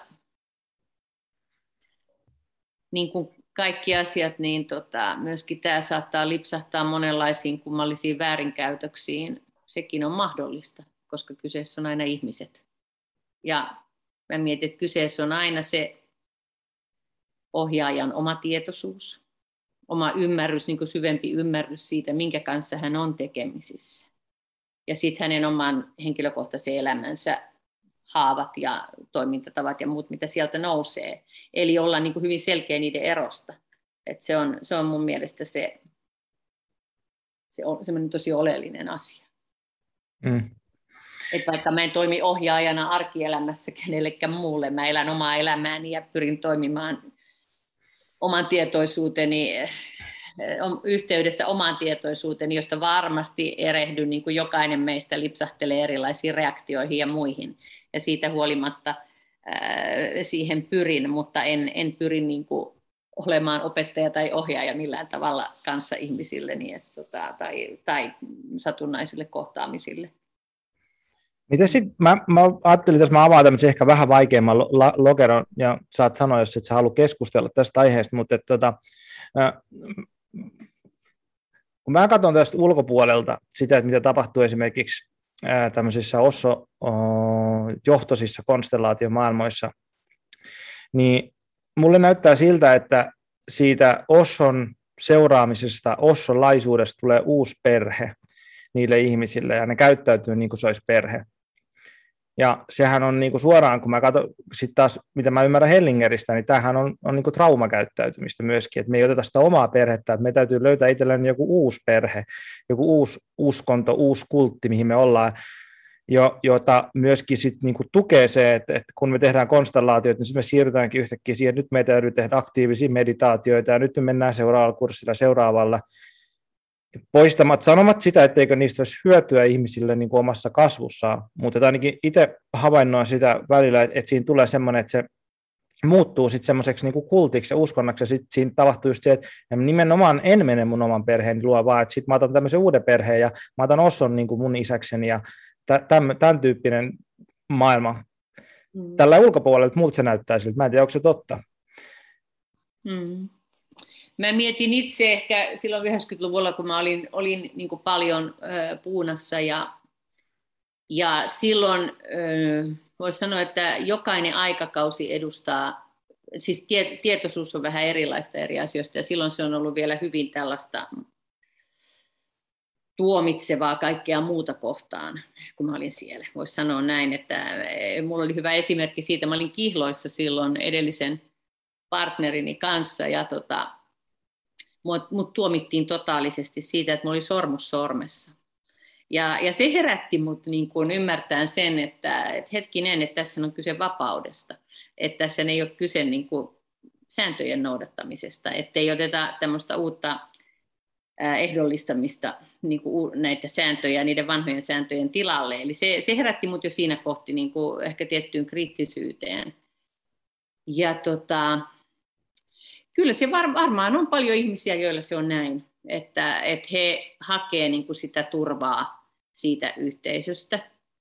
niin kuin kaikki asiat, niin tota, myöskin tämä saattaa lipsahtaa monenlaisiin kummallisiin väärinkäytöksiin. Sekin on mahdollista, koska kyseessä on aina ihmiset. Ja mä mietin, että kyseessä on aina se ohjaajan oma tietoisuus, oma ymmärrys, niin kuin syvempi ymmärrys siitä, minkä kanssa hän on tekemisissä. Ja sitten hänen oman henkilökohtaisen elämänsä haavat ja toimintatavat ja muut, mitä sieltä nousee. Eli olla niin kuin hyvin selkeä niiden erosta. Et se, on, se on mun mielestä se, se on semmoinen tosi oleellinen asia. Mm. Että vaikka mä en toimi ohjaajana arkielämässä kenellekään muulle, mä elän omaa elämääni ja pyrin toimimaan oman tietoisuuteni yhteydessä omaan tietoisuuteen, josta varmasti erehdyn, niin kuin jokainen meistä lipsahtelee erilaisiin reaktioihin ja muihin. Ja siitä huolimatta ää, siihen pyrin, mutta en, en pyri niin kuin olemaan opettaja tai ohjaaja millään tavalla kanssa ihmisille niin että, tota, tai, tai satunnaisille kohtaamisille. Miten sit, mä, mä ajattelin, että mä avaan tämmöisen ehkä vähän vaikeamman lo- lokeron, ja saat sanoa, jos et sä halua keskustella tästä aiheesta, mutta että, tota, äh, kun mä katson tästä ulkopuolelta sitä, että mitä tapahtuu esimerkiksi äh, tämmöisissä Osso-johtoisissa konstellaatiomaailmoissa, niin mulle näyttää siltä, että siitä Osson seuraamisesta, Osson laisuudesta tulee uusi perhe niille ihmisille, ja ne käyttäytyy niin kuin se olisi perhe. Ja sehän on niin kuin suoraan, kun mä katson sitten taas, mitä mä ymmärrän Hellingeristä, niin tämähän on, on niin kuin traumakäyttäytymistä myöskin, että me ei oteta sitä omaa perhettä, että me täytyy löytää itselleni joku uusi perhe, joku uusi uskonto, uusi kultti, mihin me ollaan, jo, jota myöskin sit niin kuin tukee se, että, että kun me tehdään konstellaatioita, niin me siirrytäänkin yhtäkkiä siihen, että nyt meidän täytyy tehdä aktiivisia meditaatioita, ja nyt me mennään seuraavalla kurssilla seuraavalla, poistamat sanomat sitä, etteikö niistä olisi hyötyä ihmisille niin kuin omassa kasvussaan, mutta ainakin itse havainnoin sitä välillä, että siinä tulee semmoinen, että se muuttuu sitten semmoiseksi niin kuin kultiksi ja uskonnaksi, ja sitten siinä tapahtuu just se, että nimenomaan en mene mun oman perheeni luo, vaan että sitten mä otan tämmöisen uuden perheen, ja mä otan Osson niin kuin mun isäkseni, ja tämän, tämän tyyppinen maailma. Mm. Tällä ulkopuolella, multa se näyttää siltä, mä en tiedä, onko se totta. Mm. Mä mietin itse ehkä silloin yhdeksänkymmentäluvulla, kun mä olin, olin niin kuin paljon ö, Puunassa, ja, ja silloin voisi sanoa, että jokainen aikakausi edustaa, siis tie, tietoisuus on vähän erilaista eri asioista, ja silloin se on ollut vielä hyvin tällaista tuomitsevaa kaikkea muuta kohtaan, kun mä olin siellä. Voisi sanoa näin, että mulla oli hyvä esimerkki siitä, mä olin Kihloissa silloin edellisen partnerini kanssa, ja tota, mut, mut tuomittiin totaalisesti siitä, että mulla oli sormus sormessa. Ja, ja se herätti mut niin kuin ymmärtämään sen, että et hetkinen, että tässä on kyse vapaudesta, että tässä ei ole kyse niin kuin sääntöjen noudattamisesta, ettei oteta tämmöistä uutta ehdollistamista, niin kuin näitä sääntöjä niiden vanhojen sääntöjen tilalle. Eli se, se herätti mut jo siinä kohti niin kuin ehkä tiettyyn kriittisyyteen. Ja tota, kyllä se var, varmaan on paljon ihmisiä, joilla se on näin, että, että he hakee niin kuin sitä turvaa siitä yhteisöstä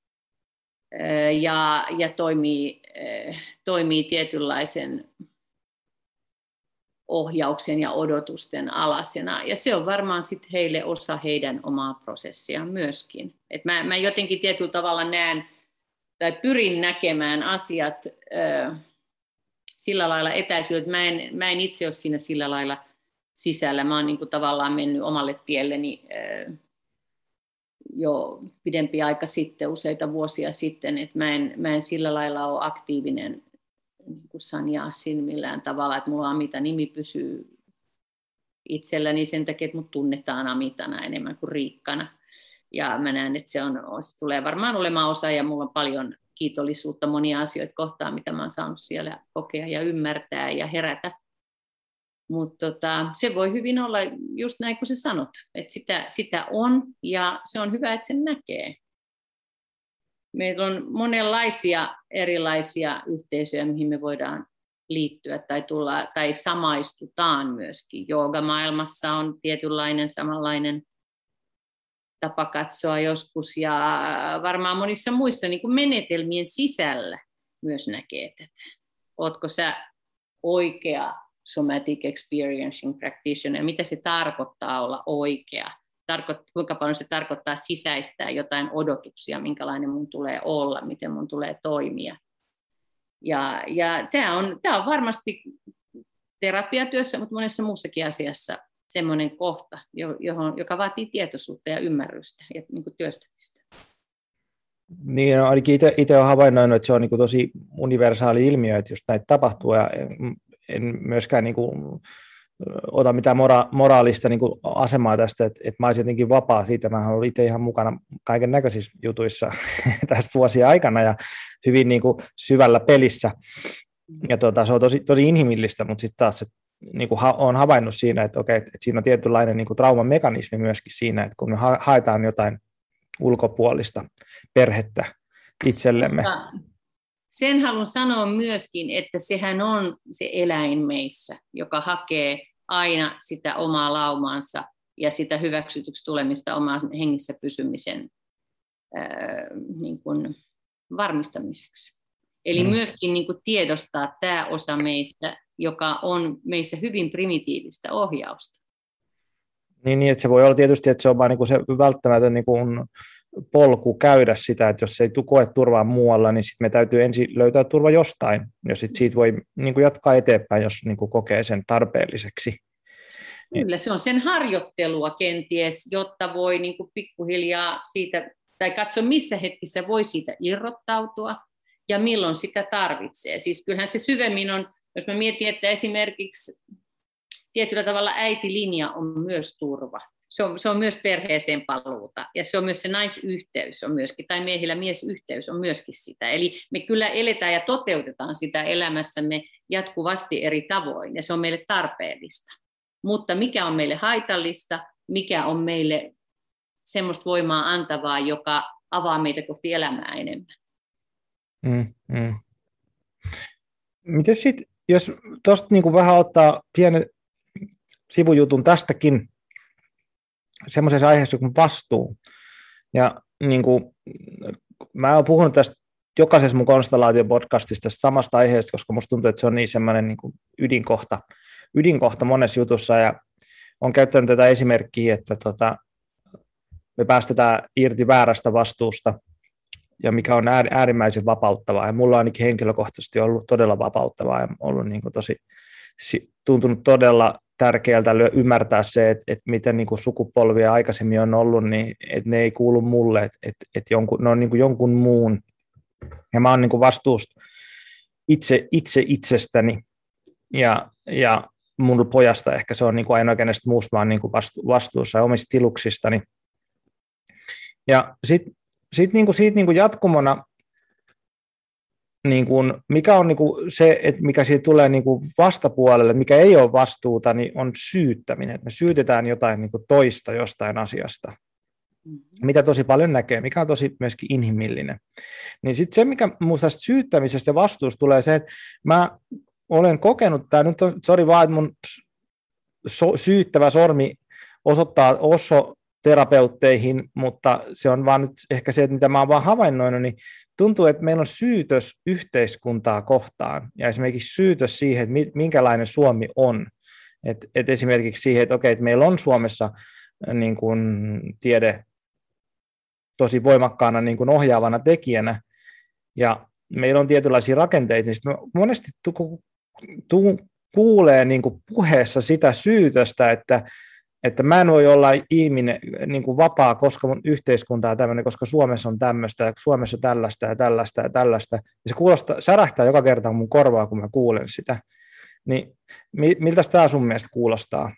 ja, ja toimii, toimii tietynlaisen ohjauksen ja odotusten alasena. Ja se on varmaan sitten heille osa heidän omaa prosessiaan myöskin. Et mä, mä jotenkin tietyllä tavalla näen tai pyrin näkemään asiat ö, sillä lailla etäisyydet. Mä en, mä en itse ole siinä sillä lailla sisällä. Mä oon niin kuin tavallaan mennyt omalle tielleni ö, jo pidempi aika sitten, useita vuosia sitten. Et mä, en, mä en sillä lailla ole aktiivinen niin kuin Sannyasin millään tavalla, että mulla Amita-nimi pysyy itselläni sen takia, että mut tunnetaan Amitana enemmän kuin Riikkana. Ja mä näen, että se, on, se tulee varmaan olemaan osa, ja mulla on paljon kiitollisuutta monia asioita kohtaan, mitä mä oon saanut siellä kokea ja ymmärtää ja herätä. Mutta tota, se voi hyvin olla just näin kuin sä sanot, että sitä, sitä on, ja se on hyvä, että sen näkee. Meillä on monenlaisia erilaisia yhteisöjä, mihin me voidaan liittyä tai, tulla, tai samaistutaan myöskin. Joogamaailmassa on tietynlainen samanlainen tapa katsoa joskus, ja varmaan monissa muissa niin kuin menetelmien sisällä myös näkee tätä. Ootko sä oikea somatic experiencing practitioner? Mitä se tarkoittaa olla oikea? Tarkoittaa, kuinka paljon se tarkoittaa sisäistää jotain odotuksia, minkälainen mun tulee olla, miten mun tulee toimia. Ja, ja tämä on, tämä on varmasti terapiatyössä, mutta monessa muussakin asiassa semmoinen kohta, johon, joka vaatii tietoisuutta ja ymmärrystä ja niin kuin työstämistä. Niin, no, ainakin itse olen havainnoinut, että se on niin kuin tosi universaali ilmiö, että just näitä tapahtuu, ja en myöskään niin kuin ota mitään mora- moraalista niin kuin asemaa tästä, että, että mä olisin jotenkin vapaa siitä. Mä olen itse ihan mukana kaiken näköisissä jutuissa tässä vuosien aikana ja hyvin niin kuin syvällä pelissä. Ja tuota, se on tosi, tosi inhimillistä, mutta sitten taas se niin kuin ha, olen havainnut siinä, että, okei, että siinä on tietynlainen niin kuin traumamekanismi myöskin siinä, että kun me ha, haetaan jotain ulkopuolista perhettä itsellemme. Mutta sen haluan sanoa myöskin, että sehän on se eläin meissä, joka hakee aina sitä omaa laumaansa ja sitä hyväksytyksi tulemista oman hengissä pysymisen ää, niin kuin varmistamiseksi. Eli mm. myöskin niin kuin tiedostaa tämä osa meistä, joka on meissä hyvin primitiivistä ohjausta. Niin, niin, että se voi olla tietysti, että se on vain niin kuin se välttämätön niin kuin polku käydä sitä, että jos ei koe turvaa muualla, niin sitten me täytyy ensin löytää turva jostain, ja sitten siitä voi niin kuin jatkaa eteenpäin, jos niin kuin kokee sen tarpeelliseksi. Kyllä, se on sen harjoittelua kenties, jotta voi niin kuin pikkuhiljaa siitä, tai katso missä hetkissä voi siitä irrottautua, ja milloin sitä tarvitsee. Siis kyllähän se syvemmin on, jos mä mietin, että esimerkiksi tietyllä tavalla äitilinja on myös turva. Se on, se on myös perheeseen paluuta, ja se on myös se naisyhteys on myöskin, tai miehillä miesyhteys on myöskin sitä. Eli me kyllä eletään ja toteutetaan sitä elämässämme jatkuvasti eri tavoin, ja se on meille tarpeellista. Mutta mikä on meille haitallista, mikä on meille semmoista voimaa antavaa, joka avaa meitä kohti elämää enemmän. Mm, mm. Miten sitten, jos tuosta niinku vähän ottaa pienen sivujutun tästäkin, semmoisessa aiheessa kuin vastuu. Ja niin kuin, mä oon puhunut tästä jokaisessa mun konstellaatiopodcastissa tästä samasta aiheesta, koska musta tuntuu, että se on niin semmoinen niin kuin ydinkohta, ydinkohta monessa jutussa, ja on käyttänyt tätä esimerkkiä, että tota, me päästetään irti väärästä vastuusta, ja mikä on äärimmäisen vapauttavaa, ja mulla on ainakin henkilökohtaisesti ollut todella vapauttavaa, ja ollut niin kuin tosi, tuntunut todella tärkeältä ymmärtää se, että, että miten niin kuin sukupolvia aikaisemmin on ollut, niin että ne ei kuulu mulle, että, että, että jonkun, ne on niin kuin jonkun muun. Ja mä oon niin kuin vastuusta itse, itse itsestäni ja, ja mun pojasta ehkä se on niin kuin ainoa kenestä muusta, mä oon niin kuin vastu, vastuussa ja omista tiluksistani. Ja sitten sit niin kuin siitä niin kuin jatkumona, niin kuin, mikä on niin kuin se, että mikä siitä tulee niin kuin vastapuolelle, mikä ei ole vastuuta, niin on syyttäminen. Että me syytetään jotain niin kuin toista jostain asiasta, mm-hmm. mitä tosi paljon näkee, mikä on tosi myöskin inhimillinen. Niin sitten se, mikä minusta tästä syyttämisestä ja vastuusta tulee se, että mä olen kokenut, tämä nyt on, sori vaan, että mun so, syyttävä sormi osoittaa oso terapeutteihin, mutta se on vaan nyt ehkä se, että mitä mä oon vaan havainnoinut, niin tuntuu, että meillä on syytös yhteiskuntaa kohtaan, ja esimerkiksi syytös siihen, että minkälainen Suomi on. Et, et esimerkiksi siihen, että okei, että meillä on Suomessa niin kuin tiede tosi voimakkaana niin kuin ohjaavana tekijänä, ja meillä on tietynlaisia rakenteita, niin sitten monesti tu, tu, kuulee niin kuin puheessa sitä syytöstä, että että mä en voi olla ihminen niin kuin vapaa, koska mun yhteiskunta on tämmöinen, koska Suomessa on tämmöistä, ja Suomessa on tällaista ja tällaista ja tällaista. Ja se kuulostaa, särähtää joka kerta mun korvaa, kun mä kuulen sitä. Niin miltä tämä sun mielestä kuulostaa?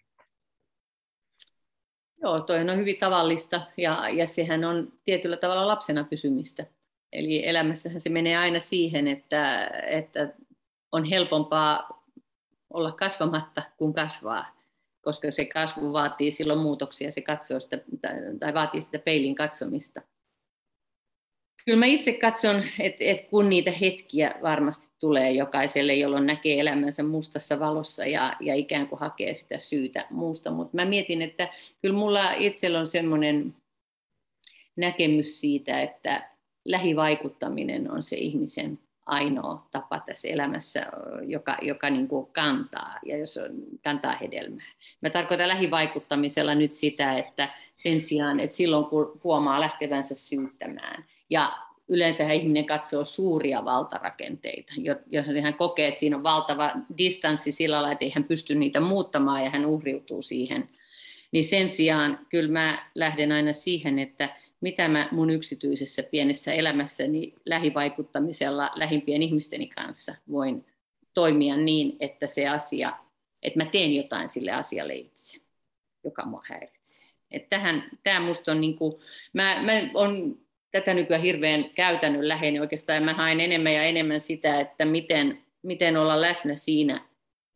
Joo, toi on hyvin tavallista, ja, ja sehän on tietyllä tavalla lapsena pysymistä. Eli elämässähän se menee aina siihen, että, että on helpompaa olla kasvamatta kuin kasvaa, koska se kasvu vaatii silloin muutoksia, se katsoo sitä, tai vaatii sitä peilin katsomista. Kyllä mä itse katson, että, että kun niitä hetkiä varmasti tulee jokaiselle, jolloin näkee elämänsä mustassa valossa ja, ja ikään kuin hakee sitä syytä muusta, mutta mä mietin, että kyllä mulla itsellä on semmoinen näkemys siitä, että lähivaikuttaminen on se ihmisen ainoa tapa tässä elämässä, joka, joka niin kuin kantaa, ja jos on, kantaa hedelmää. Mä tarkoitan lähivaikuttamisella nyt sitä, että sen sijaan, että silloin kun huomaa lähtevänsä syyttämään, ja yleensä ihminen katsoo suuria valtarakenteita, joihin hän kokee, että siinä on valtava distanssi sillä lailla, että ei hän pysty niitä muuttamaan, ja hän uhriutuu siihen. Niin sen sijaan kyllä mä lähden aina siihen, että mitä mä mun yksityisessä pienessä elämässäni lähivaikuttamisella lähimpien ihmisteni kanssa voin toimia niin, että se asia, että mä teen jotain sille asialle itse, joka mua häiritsee. Että tähän, tämä musta on niin kuin, mä, mä on tätä nykyään hirveän käytännönläheinen oikeastaan, ja mä haen enemmän ja enemmän sitä, että miten, miten olla läsnä siinä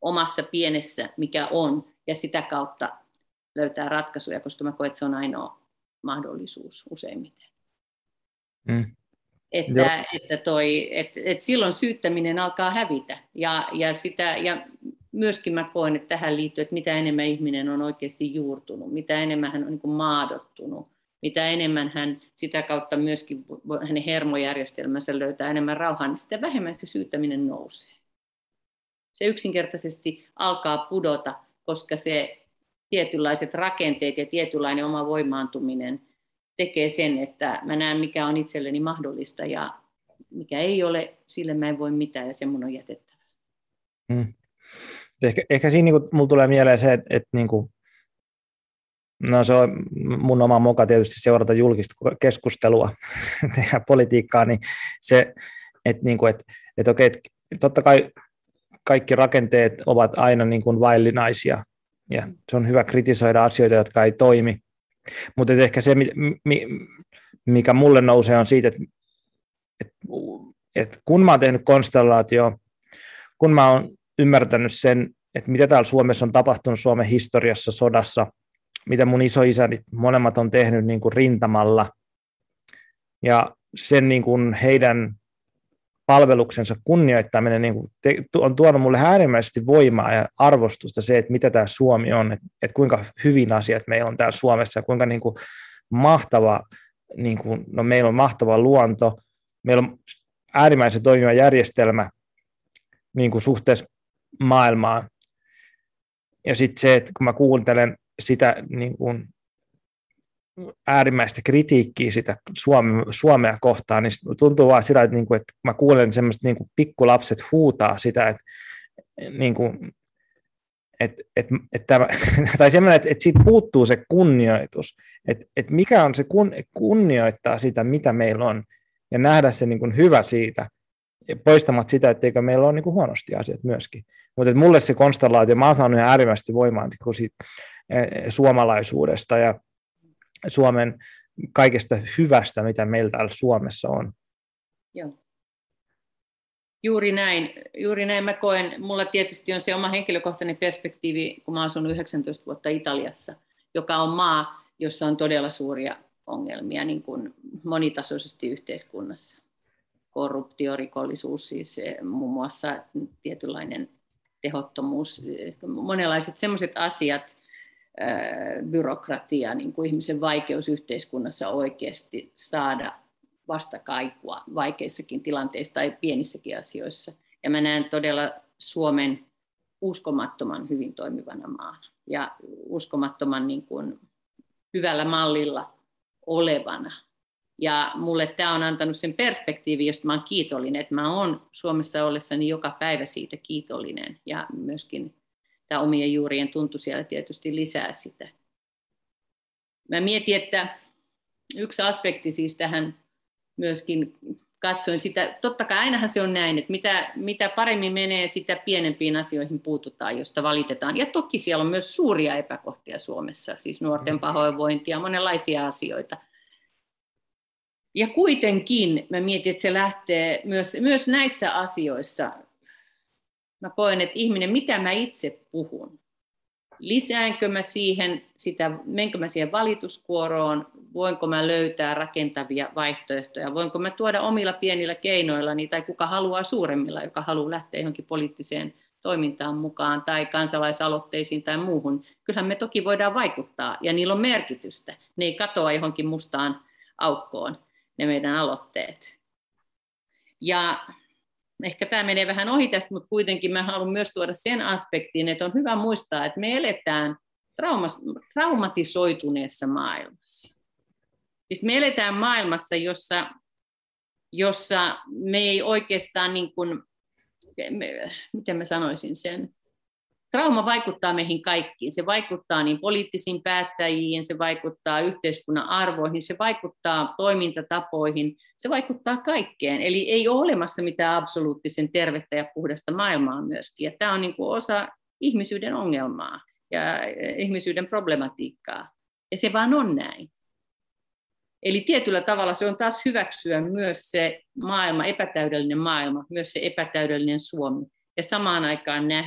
omassa pienessä, mikä on, ja sitä kautta löytää ratkaisuja, koska mä koen, että se on ainoa mahdollisuus useimmiten. Mm. Että, että, toi, että, että silloin syyttäminen alkaa hävitä. Ja, ja, sitä, ja myöskin mä koen, että tähän liittyy, että mitä enemmän ihminen on oikeasti juurtunut, mitä enemmän hän on niin kuin maadottunut, mitä enemmän hän sitä kautta myöskin hänen hermojärjestelmänsä löytää enemmän rauhaa, niin sitä vähemmän se syyttäminen nousee. Se yksinkertaisesti alkaa pudota, koska se tietynlaiset rakenteet ja tietynlainen oma voimaantuminen tekee sen, että mä näen, mikä on itselleni mahdollista ja mikä ei ole, sille mä en voi mitään ja se mun on jätettävä. Hmm. Ehkä, ehkä siinä niin mulla tulee mieleen se, että, että niin kuin, no se on mun oma moka tietysti seurata julkista keskustelua, tehdä politiikkaa, niin se, että, niin kuin, että, että okei, että totta kai kaikki rakenteet ovat aina niin kuin vaillinaisia ja se on hyvä kritisoida asioita, jotka ei toimi. Mutta ehkä se, mikä mulle nousee, on siitä, että, että, että kun mä oon tehnyt konstellaatio, kun mä oon ymmärtänyt sen, että mitä täällä Suomessa on tapahtunut Suomen historiassa, sodassa, mitä mun isoisäni molemmat on tehnyt niin kuin rintamalla, ja sen niin kuin heidän palveluksensa kunnioittaminen niin kuin te, on tuonut mulle äärimmäisesti voimaa ja arvostusta se, että mitä tämä Suomi on, että, että kuinka hyvin asiat meillä on täällä Suomessa ja kuinka niin kuin mahtava, niin kuin, no meillä on mahtava luonto, meillä on äärimmäisen toimiva järjestelmä niin kuin suhteessa maailmaan. Ja sitten se, että kun mä kuuntelen sitä niin kuin äärimmäistä kritiikkiä sitä Suome, Suomea kohtaan, niin tuntuu vaan sitä, että, niin kuin, että mä kuulen semmoista niin kuin pikkulapset huutaa sitä, että, niin kuin, että, että, että tai semmoinen, että, että siitä puuttuu se kunnioitus, että, että mikä on se kun, kunnioittaa sitä, mitä meillä on, ja nähdä se niin kuin hyvä siitä, ja poistamat sitä, etteikö meillä ole niin kuin huonosti asiat myöskin. Mutta mulle se konstellaatio, mä oon saanut ihan äärimmäisesti voimaa niin siitä suomalaisuudesta ja Suomen kaikesta hyvästä, mitä meillä täällä Suomessa on. Joo. Juuri näin. Juuri näin mä koen. Mulla tietysti on se oma henkilökohtainen perspektiivi, kun mä oon asunut yhdeksäntoista vuotta Italiassa, joka on maa, jossa on todella suuria ongelmia niin kuin monitasoisesti yhteiskunnassa. Korruptio, rikollisuus, siis muun muassa tietynlainen tehottomuus, monenlaiset sellaiset asiat, byrokratia, niin kuin ihmisen vaikeus yhteiskunnassa oikeasti saada vastakaikua vaikeissakin tilanteissa tai pienissäkin asioissa. Ja mä näen todella Suomen uskomattoman hyvin toimivana maana ja uskomattoman niin kuin hyvällä mallilla olevana. Ja mulle tämä on antanut sen perspektiivin, josta mä oon kiitollinen, että mä oon Suomessa ollessani joka päivä siitä kiitollinen ja myöskin tämä omien juurien tuntu siellä tietysti lisää sitä. Mä mietin, että yksi aspekti siis tähän myöskin katsoin sitä, totta kai ainahan se on näin, että mitä, mitä paremmin menee, sitä pienempiin asioihin puututaan, josta valitetaan. Ja toki siellä on myös suuria epäkohtia Suomessa, siis nuorten pahoinvointia, monenlaisia asioita. Ja kuitenkin mä mietin, että se lähtee myös, myös näissä asioissa. Mä koen, että ihminen, mitä mä itse puhun, lisäänkö mä siihen, sitä, menkö mä siihen valituskuoroon, voinko mä löytää rakentavia vaihtoehtoja, voinko mä tuoda omilla pienillä keinoillani, tai kuka haluaa suuremmilla, joka haluaa lähteä johonkin poliittiseen toimintaan mukaan, tai kansalaisaloitteisiin tai muuhun. Kyllähän me toki voidaan vaikuttaa, ja niillä on merkitystä. Ne ei katoa johonkin mustaan aukkoon, ne meidän aloitteet. Ja ehkä tämä menee vähän ohi tästä, mutta kuitenkin mä haluan myös tuoda sen aspektin, että on hyvä muistaa, että me eletään traumas- traumatisoituneessa maailmassa. Siis me eletään maailmassa, jossa, jossa me ei oikeastaan, niin kuin, me, miten mä sanoisin sen, trauma vaikuttaa meihin kaikkiin. Se vaikuttaa niin poliittisiin päättäjiin, se vaikuttaa yhteiskunnan arvoihin, se vaikuttaa toimintatapoihin, se vaikuttaa kaikkeen. Eli ei ole olemassa mitään absoluuttisen tervettä ja puhdasta maailmaa myöskin. Ja tämä on niin kuin osa ihmisyyden ongelmaa ja ihmisyyden problematiikkaa. Ja se vaan on näin. Eli tietyllä tavalla se on taas hyväksyä myös se maailma, epätäydellinen maailma, myös se epätäydellinen Suomi. Ja samaan aikaan nähdä,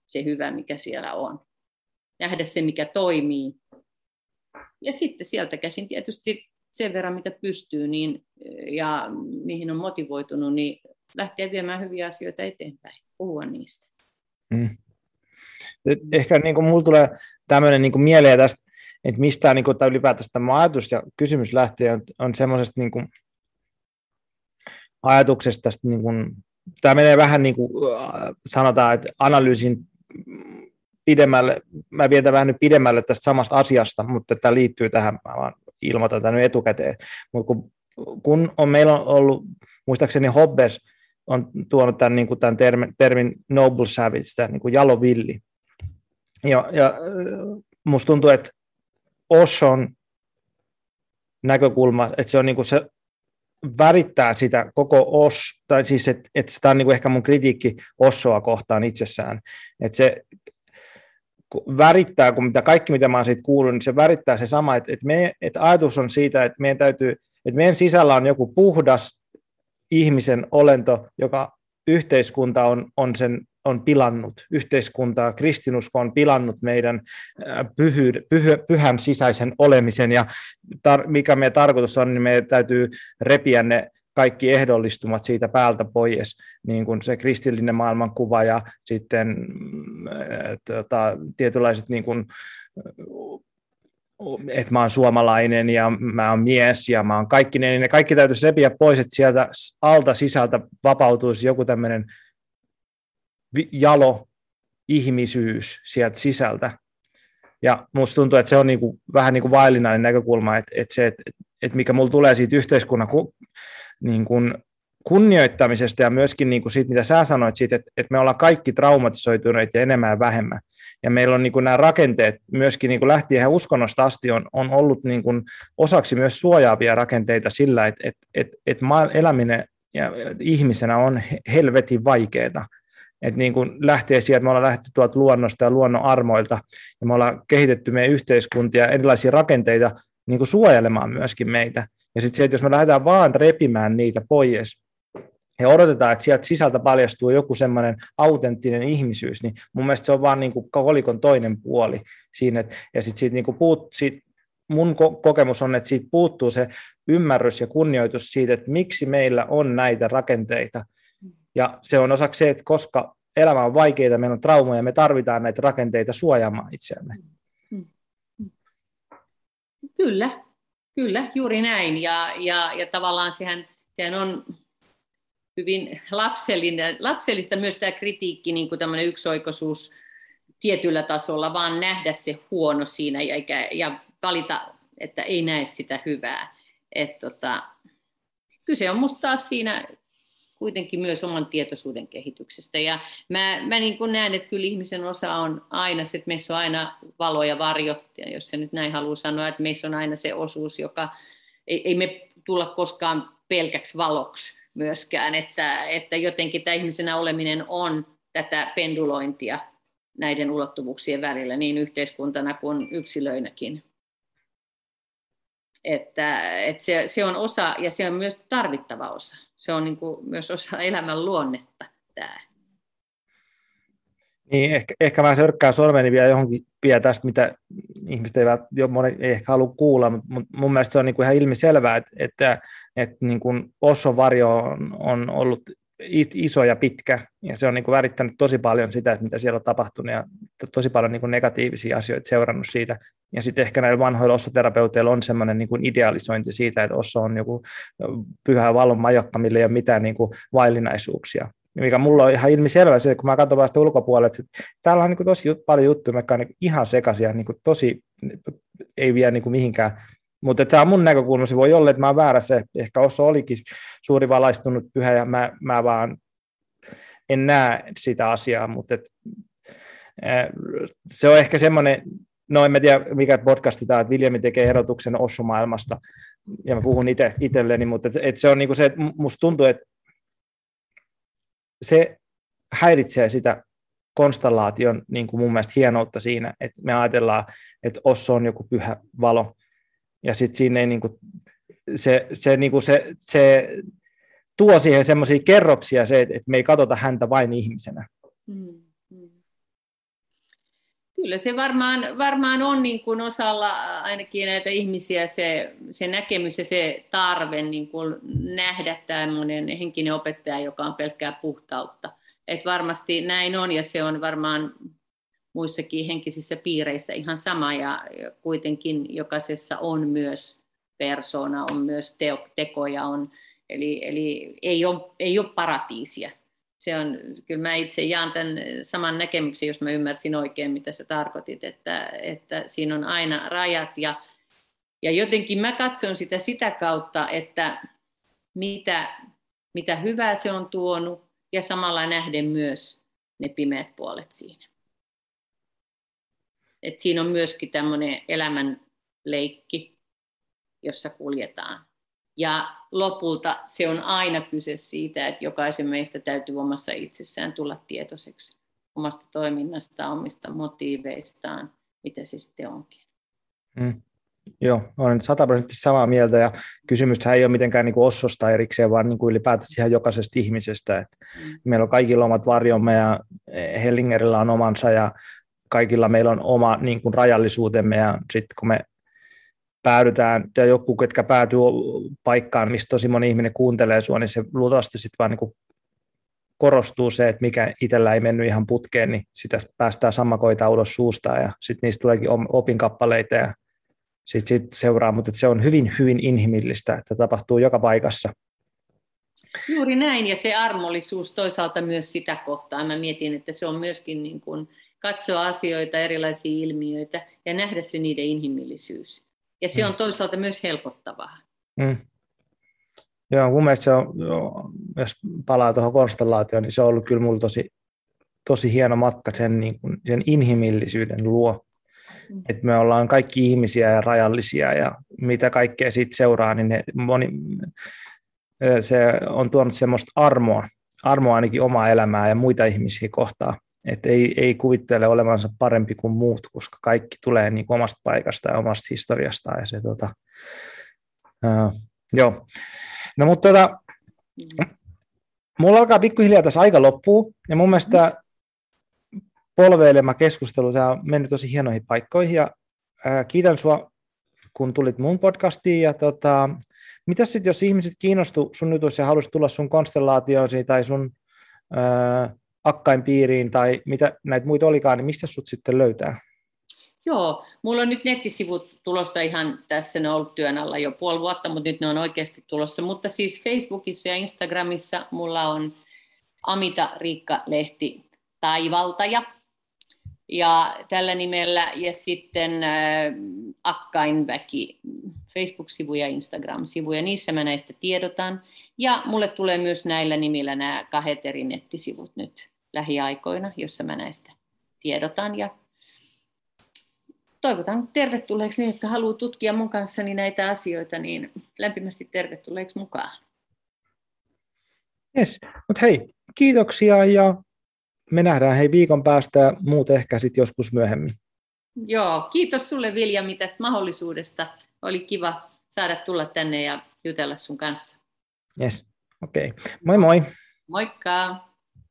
se hyvä, mikä siellä on. Nähdä se, mikä toimii. Ja sitten sieltä käsin tietysti sen verran, mitä pystyy niin, ja mihin on motivoitunut, niin lähteä viemään hyviä asioita eteenpäin, puhua niistä. Mm. Ehkä niin kuin mulla tulee tämmöinen niin kuin mieleen tästä, että mistä niin kuin, ylipäätään tämä ajatus ja kysymys lähtee, on, on semmoisesta niin kuin ajatuksesta, tästä, niin kuin, tämä menee vähän niin kuin sanotaan, että analyysin pidemmälle, mä vien vähän nyt pidemmälle tästä samasta asiasta, mutta tämä liittyy tähän, mä vaan ilmoitan tämän nyt etukäteen, mutta kun, kun on, meillä on ollut, muistaakseni Hobbes on tuonut tämän, niin kuin tämän termin, termin noble savage, tämä niin kuin jalovilli, ja, ja musta tuntuu, että Oshon näkökulma, että se on niin kuin se värittää sitä koko Os, tai siis, että, että sitä on niin kuin ehkä mun kritiikki Ossoa kohtaan itsessään, että se värittää, kun mitä, kaikki mitä mä oon siitä kuullut, niin se värittää se sama, että, että, me, että ajatus on siitä, että meidän täytyy, että meidän sisällä on joku puhdas ihmisen olento, joka yhteiskunta on, on sen on pilannut, yhteiskuntaa, kristinusko on pilannut meidän pyhy, pyhy, pyhän sisäisen olemisen, ja tar, mikä meidän tarkoitus on, niin meidän täytyy repiä ne kaikki ehdollistumat siitä päältä pois, niin kuin se kristillinen maailmankuva ja sitten tota, tietynlaiset, niin kuin, että mä oon suomalainen ja mä oon mies ja mä oon kaikkinen, niin ne kaikki täytyisi repiä pois, että sieltä alta sisältä vapautuisi joku tämmöinen jalo ihmisyys sieltä sisältä. Ja musta tuntuu, että se on niinku, vähän niin kuin vaillinainen näkökulma, että, että se, että, että mikä mulla tulee siitä yhteiskunnan ku, niin kuin kunnioittamisesta ja myöskin niin kuin siitä, mitä sä sanoit siitä, että, että me ollaan kaikki traumatisoituneet ja enemmän ja vähemmän. Ja meillä on niin kuin nämä rakenteet myöskin niin kuin lähtien ihan uskonnosta asti on, on ollut niin kuin osaksi myös suojaavia rakenteita sillä, että, että, että, että eläminen ja ihmisenä on helvetin vaikeaa. Että niin kuin lähtee sieltä, me ollaan lähdetty tuolta luonnosta ja luonnon armoilta, ja me ollaan kehitetty meidän yhteiskuntia ja erilaisia rakenteita niin kuin suojelemaan myöskin meitä. Ja sitten se, että jos me lähdetään vaan repimään niitä pois, ja odotetaan, että sieltä sisältä paljastuu joku semmoinen autenttinen ihmisyys, niin mun mielestä se on vaan niin kuin kolikon toinen puoli siinä. Et, ja sitten siitä, niin kuin puut, siitä, mun kokemus on, että siitä puuttuu se ymmärrys ja kunnioitus siitä, että miksi meillä on näitä rakenteita. Ja se on osaksi se, että koska elämä on vaikeaa, meillä on traumoja, me tarvitaan näitä rakenteita suojaamaan itseämme. Kyllä, kyllä, juuri näin. Ja, ja, ja tavallaan sehän, sehän on hyvin lapsellista, lapsellista myös tämä kritiikki, niin kuin tämmöinen yksioikoisuus tietyllä tasolla, vaan nähdä se huono siinä ja, ja valita, että ei näe sitä hyvää. Et, tota, kyse on musta taas siinä kuitenkin myös oman tietoisuuden kehityksestä. Ja mä, mä niin kuin näen, että kyllä ihmisen osa on aina se, että meissä on aina valo ja varjo, ja jos se nyt näin haluaa sanoa, että meissä on aina se osuus, joka ei, ei me tulla koskaan pelkäksi valoksi myöskään, että, että jotenkin tämä ihmisenä oleminen on tätä pendulointia näiden ulottuvuuksien välillä niin yhteiskuntana kuin yksilöinäkin. Että, että se, se on osa ja se on myös tarvittava osa. Se on niin kuin myös osa elämän luonnetta tämä. Niin, ehkä, ehkä mä sörkkään sormeni vielä johonkin vielä tästä, mitä ihmiset eivät, jo moni ei ehkä halua kuulla, mutta mun mielestä se on niin kuin ihan ilmiselvää, että, että, että niin kuin Oshon varjo on, on ollut iso ja pitkä, ja se on niin kuin värittänyt tosi paljon sitä, että mitä siellä on tapahtunut, ja tosi paljon niin kuin negatiivisia asioita seurannut siitä. Ja sitten ehkä näillä vanhoilla ossoterapeuteilla on semmoinen niin kuin idealisointi siitä, että Osso on joku pyhä valon majakka, millä ei ole mitään niin kuin vaillinaisuuksia. Mikä mulla on ihan ilmiselvä se, kun mä katson vasta ulkopuolelle, että täällä on niin kuin tosi paljon juttuja, jotka on niin kuin ihan sekaisia, niin kuin tosi, ei vie niin kuin mihinkään. Mutta tämä on mun näkökulma, se voi olla, että mä oon väärässä, että ehkä Osso olikin suuri valaistunut pyhä, ja mä, mä vaan en näe sitä asiaa, mutta et, se on ehkä semmoinen, no en mä tiedä mikä podcasti tämä, että Viljami tekee erotuksen Osso-maailmasta, ja mä puhun itse itselleni, mutta et, et se on niinku se, että musta tuntuu, että se häiritsee sitä konstellaation niin kuin mun mielestä hienoutta siinä, että me ajatellaan, että Osso on joku pyhä valo, ja sitten siinä ei niin kuin, se, se, niin kuin se, se tuo siihen semmoisia kerroksia se, että me ei katsota häntä vain ihmisenä. Mm, mm. Kyllä se varmaan, varmaan on niin kuin osalla ainakin näitä ihmisiä se, se näkemys ja se tarve niin kuin nähdä tämmöinen henkinen opettaja, joka on pelkkää puhtautta. Et varmasti näin on ja se on varmaan muissakin henkisissä piireissä ihan sama ja kuitenkin jokaisessa on myös persoona, on myös teo, tekoja, on, eli, eli ei, ole, ei ole paratiisia. Se on, kyllä mä itse jaan tämän saman näkemyksen, jos mä ymmärsin oikein, mitä sä tarkoitit, että, että siinä on aina rajat ja, ja jotenkin mä katson sitä sitä kautta, että mitä, mitä hyvää se on tuonut ja samalla nähden myös ne pimeät puolet siinä. Et siinä on myöskin tämmöinen elämän leikki, jossa kuljetaan. Ja lopulta se on aina kyse siitä, että jokaisen meistä täytyy omassa itsessään tulla tietoiseksi omasta toiminnastaan, omista motiiveistaan, mitä se sitten onkin. Mm. Joo, olen sataprosenttisesti samaa mieltä ja kysymyshän ei ole mitenkään niin kuin Ossosta erikseen, vaan niin kuin ylipäätänsä ihan jokaisesta ihmisestä. Että mm. Meillä on kaikilla omat varjomme ja Hellingerillä on omansa ja kaikilla meillä on oma niin kuin rajallisuutemme ja sitten kun me päädytään, ja joku, ketkä päätyy paikkaan, mistä tosi moni ihminen kuuntelee sua, niin se luultavasti sitten vaan niin kuin korostuu se, että mikä itsellä ei mennyt ihan putkeen, niin sitä päästään sammakoita ulos suusta, ja sitten niistä tuleekin opinkappaleita, ja sitten sit seuraa, mutta se on hyvin, hyvin inhimillistä, että tapahtuu joka paikassa. Juuri näin, ja se armollisuus toisaalta myös sitä kohtaa. Mä mietin, että se on myöskin niin kuin katsoa asioita, erilaisia ilmiöitä, ja nähdä se niiden inhimillisyys. Ja se on toisaalta myös helpottavaa. Mm. Joo, mun mielestä se on, jos palaa tuohon konstellaatioon, niin se on ollut kyllä mulla tosi, tosi hieno matka sen, niin kuin, sen inhimillisyyden luo. Mm. Että me ollaan kaikki ihmisiä ja rajallisia ja mitä kaikkea siitä seuraa, niin ne moni, se on tuonut semmoista armoa, armoa ainakin omaa elämää ja muita ihmisiä kohtaan. Että ei, ei kuvittele olevansa parempi kuin muut, koska kaikki tulee niin omasta paikasta ja omasta historiastaan. Ja se, tota, uh, joo. No mutta tota, mulla alkaa pikkuhiljaa tässä aika loppuu, ja mun mielestä polveilema keskustelu, se on mennyt tosi hienoihin paikkoihin, ja uh, kiitän sua, kun tulit mun podcastiin, ja tota, mitäs sitten, jos ihmiset kiinnostu sun jutuissa ja haluaisi tulla sun konstellaatioon tai sun uh, akkain piiriin tai mitä näitä muita olikaan, niin mistä sut sitten löytää? Joo, mulla on nyt nettisivut tulossa ihan tässä, ne on ollut työn alla jo puoli vuotta, mutta nyt ne on oikeasti tulossa. Mutta siis Facebookissa ja Instagramissa mulla on Amita Riikka Lehti Taivaltaja ja tällä nimellä, ja sitten äh, Akkainväki Facebook-sivu ja Instagram-sivu, ja niissä mä näistä tiedotan. Ja mulle tulee myös näillä nimillä nämä kahdet eri nettisivut nyt lähiaikoina, jossa mä näistä tiedotan. Ja toivotan tervetulleeksi ne, jotka haluaa tutkia mun kanssani näitä asioita, niin lämpimästi tervetulleeksi mukaan. Yes, mutta hei, kiitoksia ja me nähdään hei viikon päästä ja muut ehkä sitten joskus myöhemmin. Joo, kiitos sulle Viljami tästä mahdollisuudesta. Oli kiva saada tulla tänne ja jutella sun kanssa. Yes, okei. Okay. Moi moi. Moikka.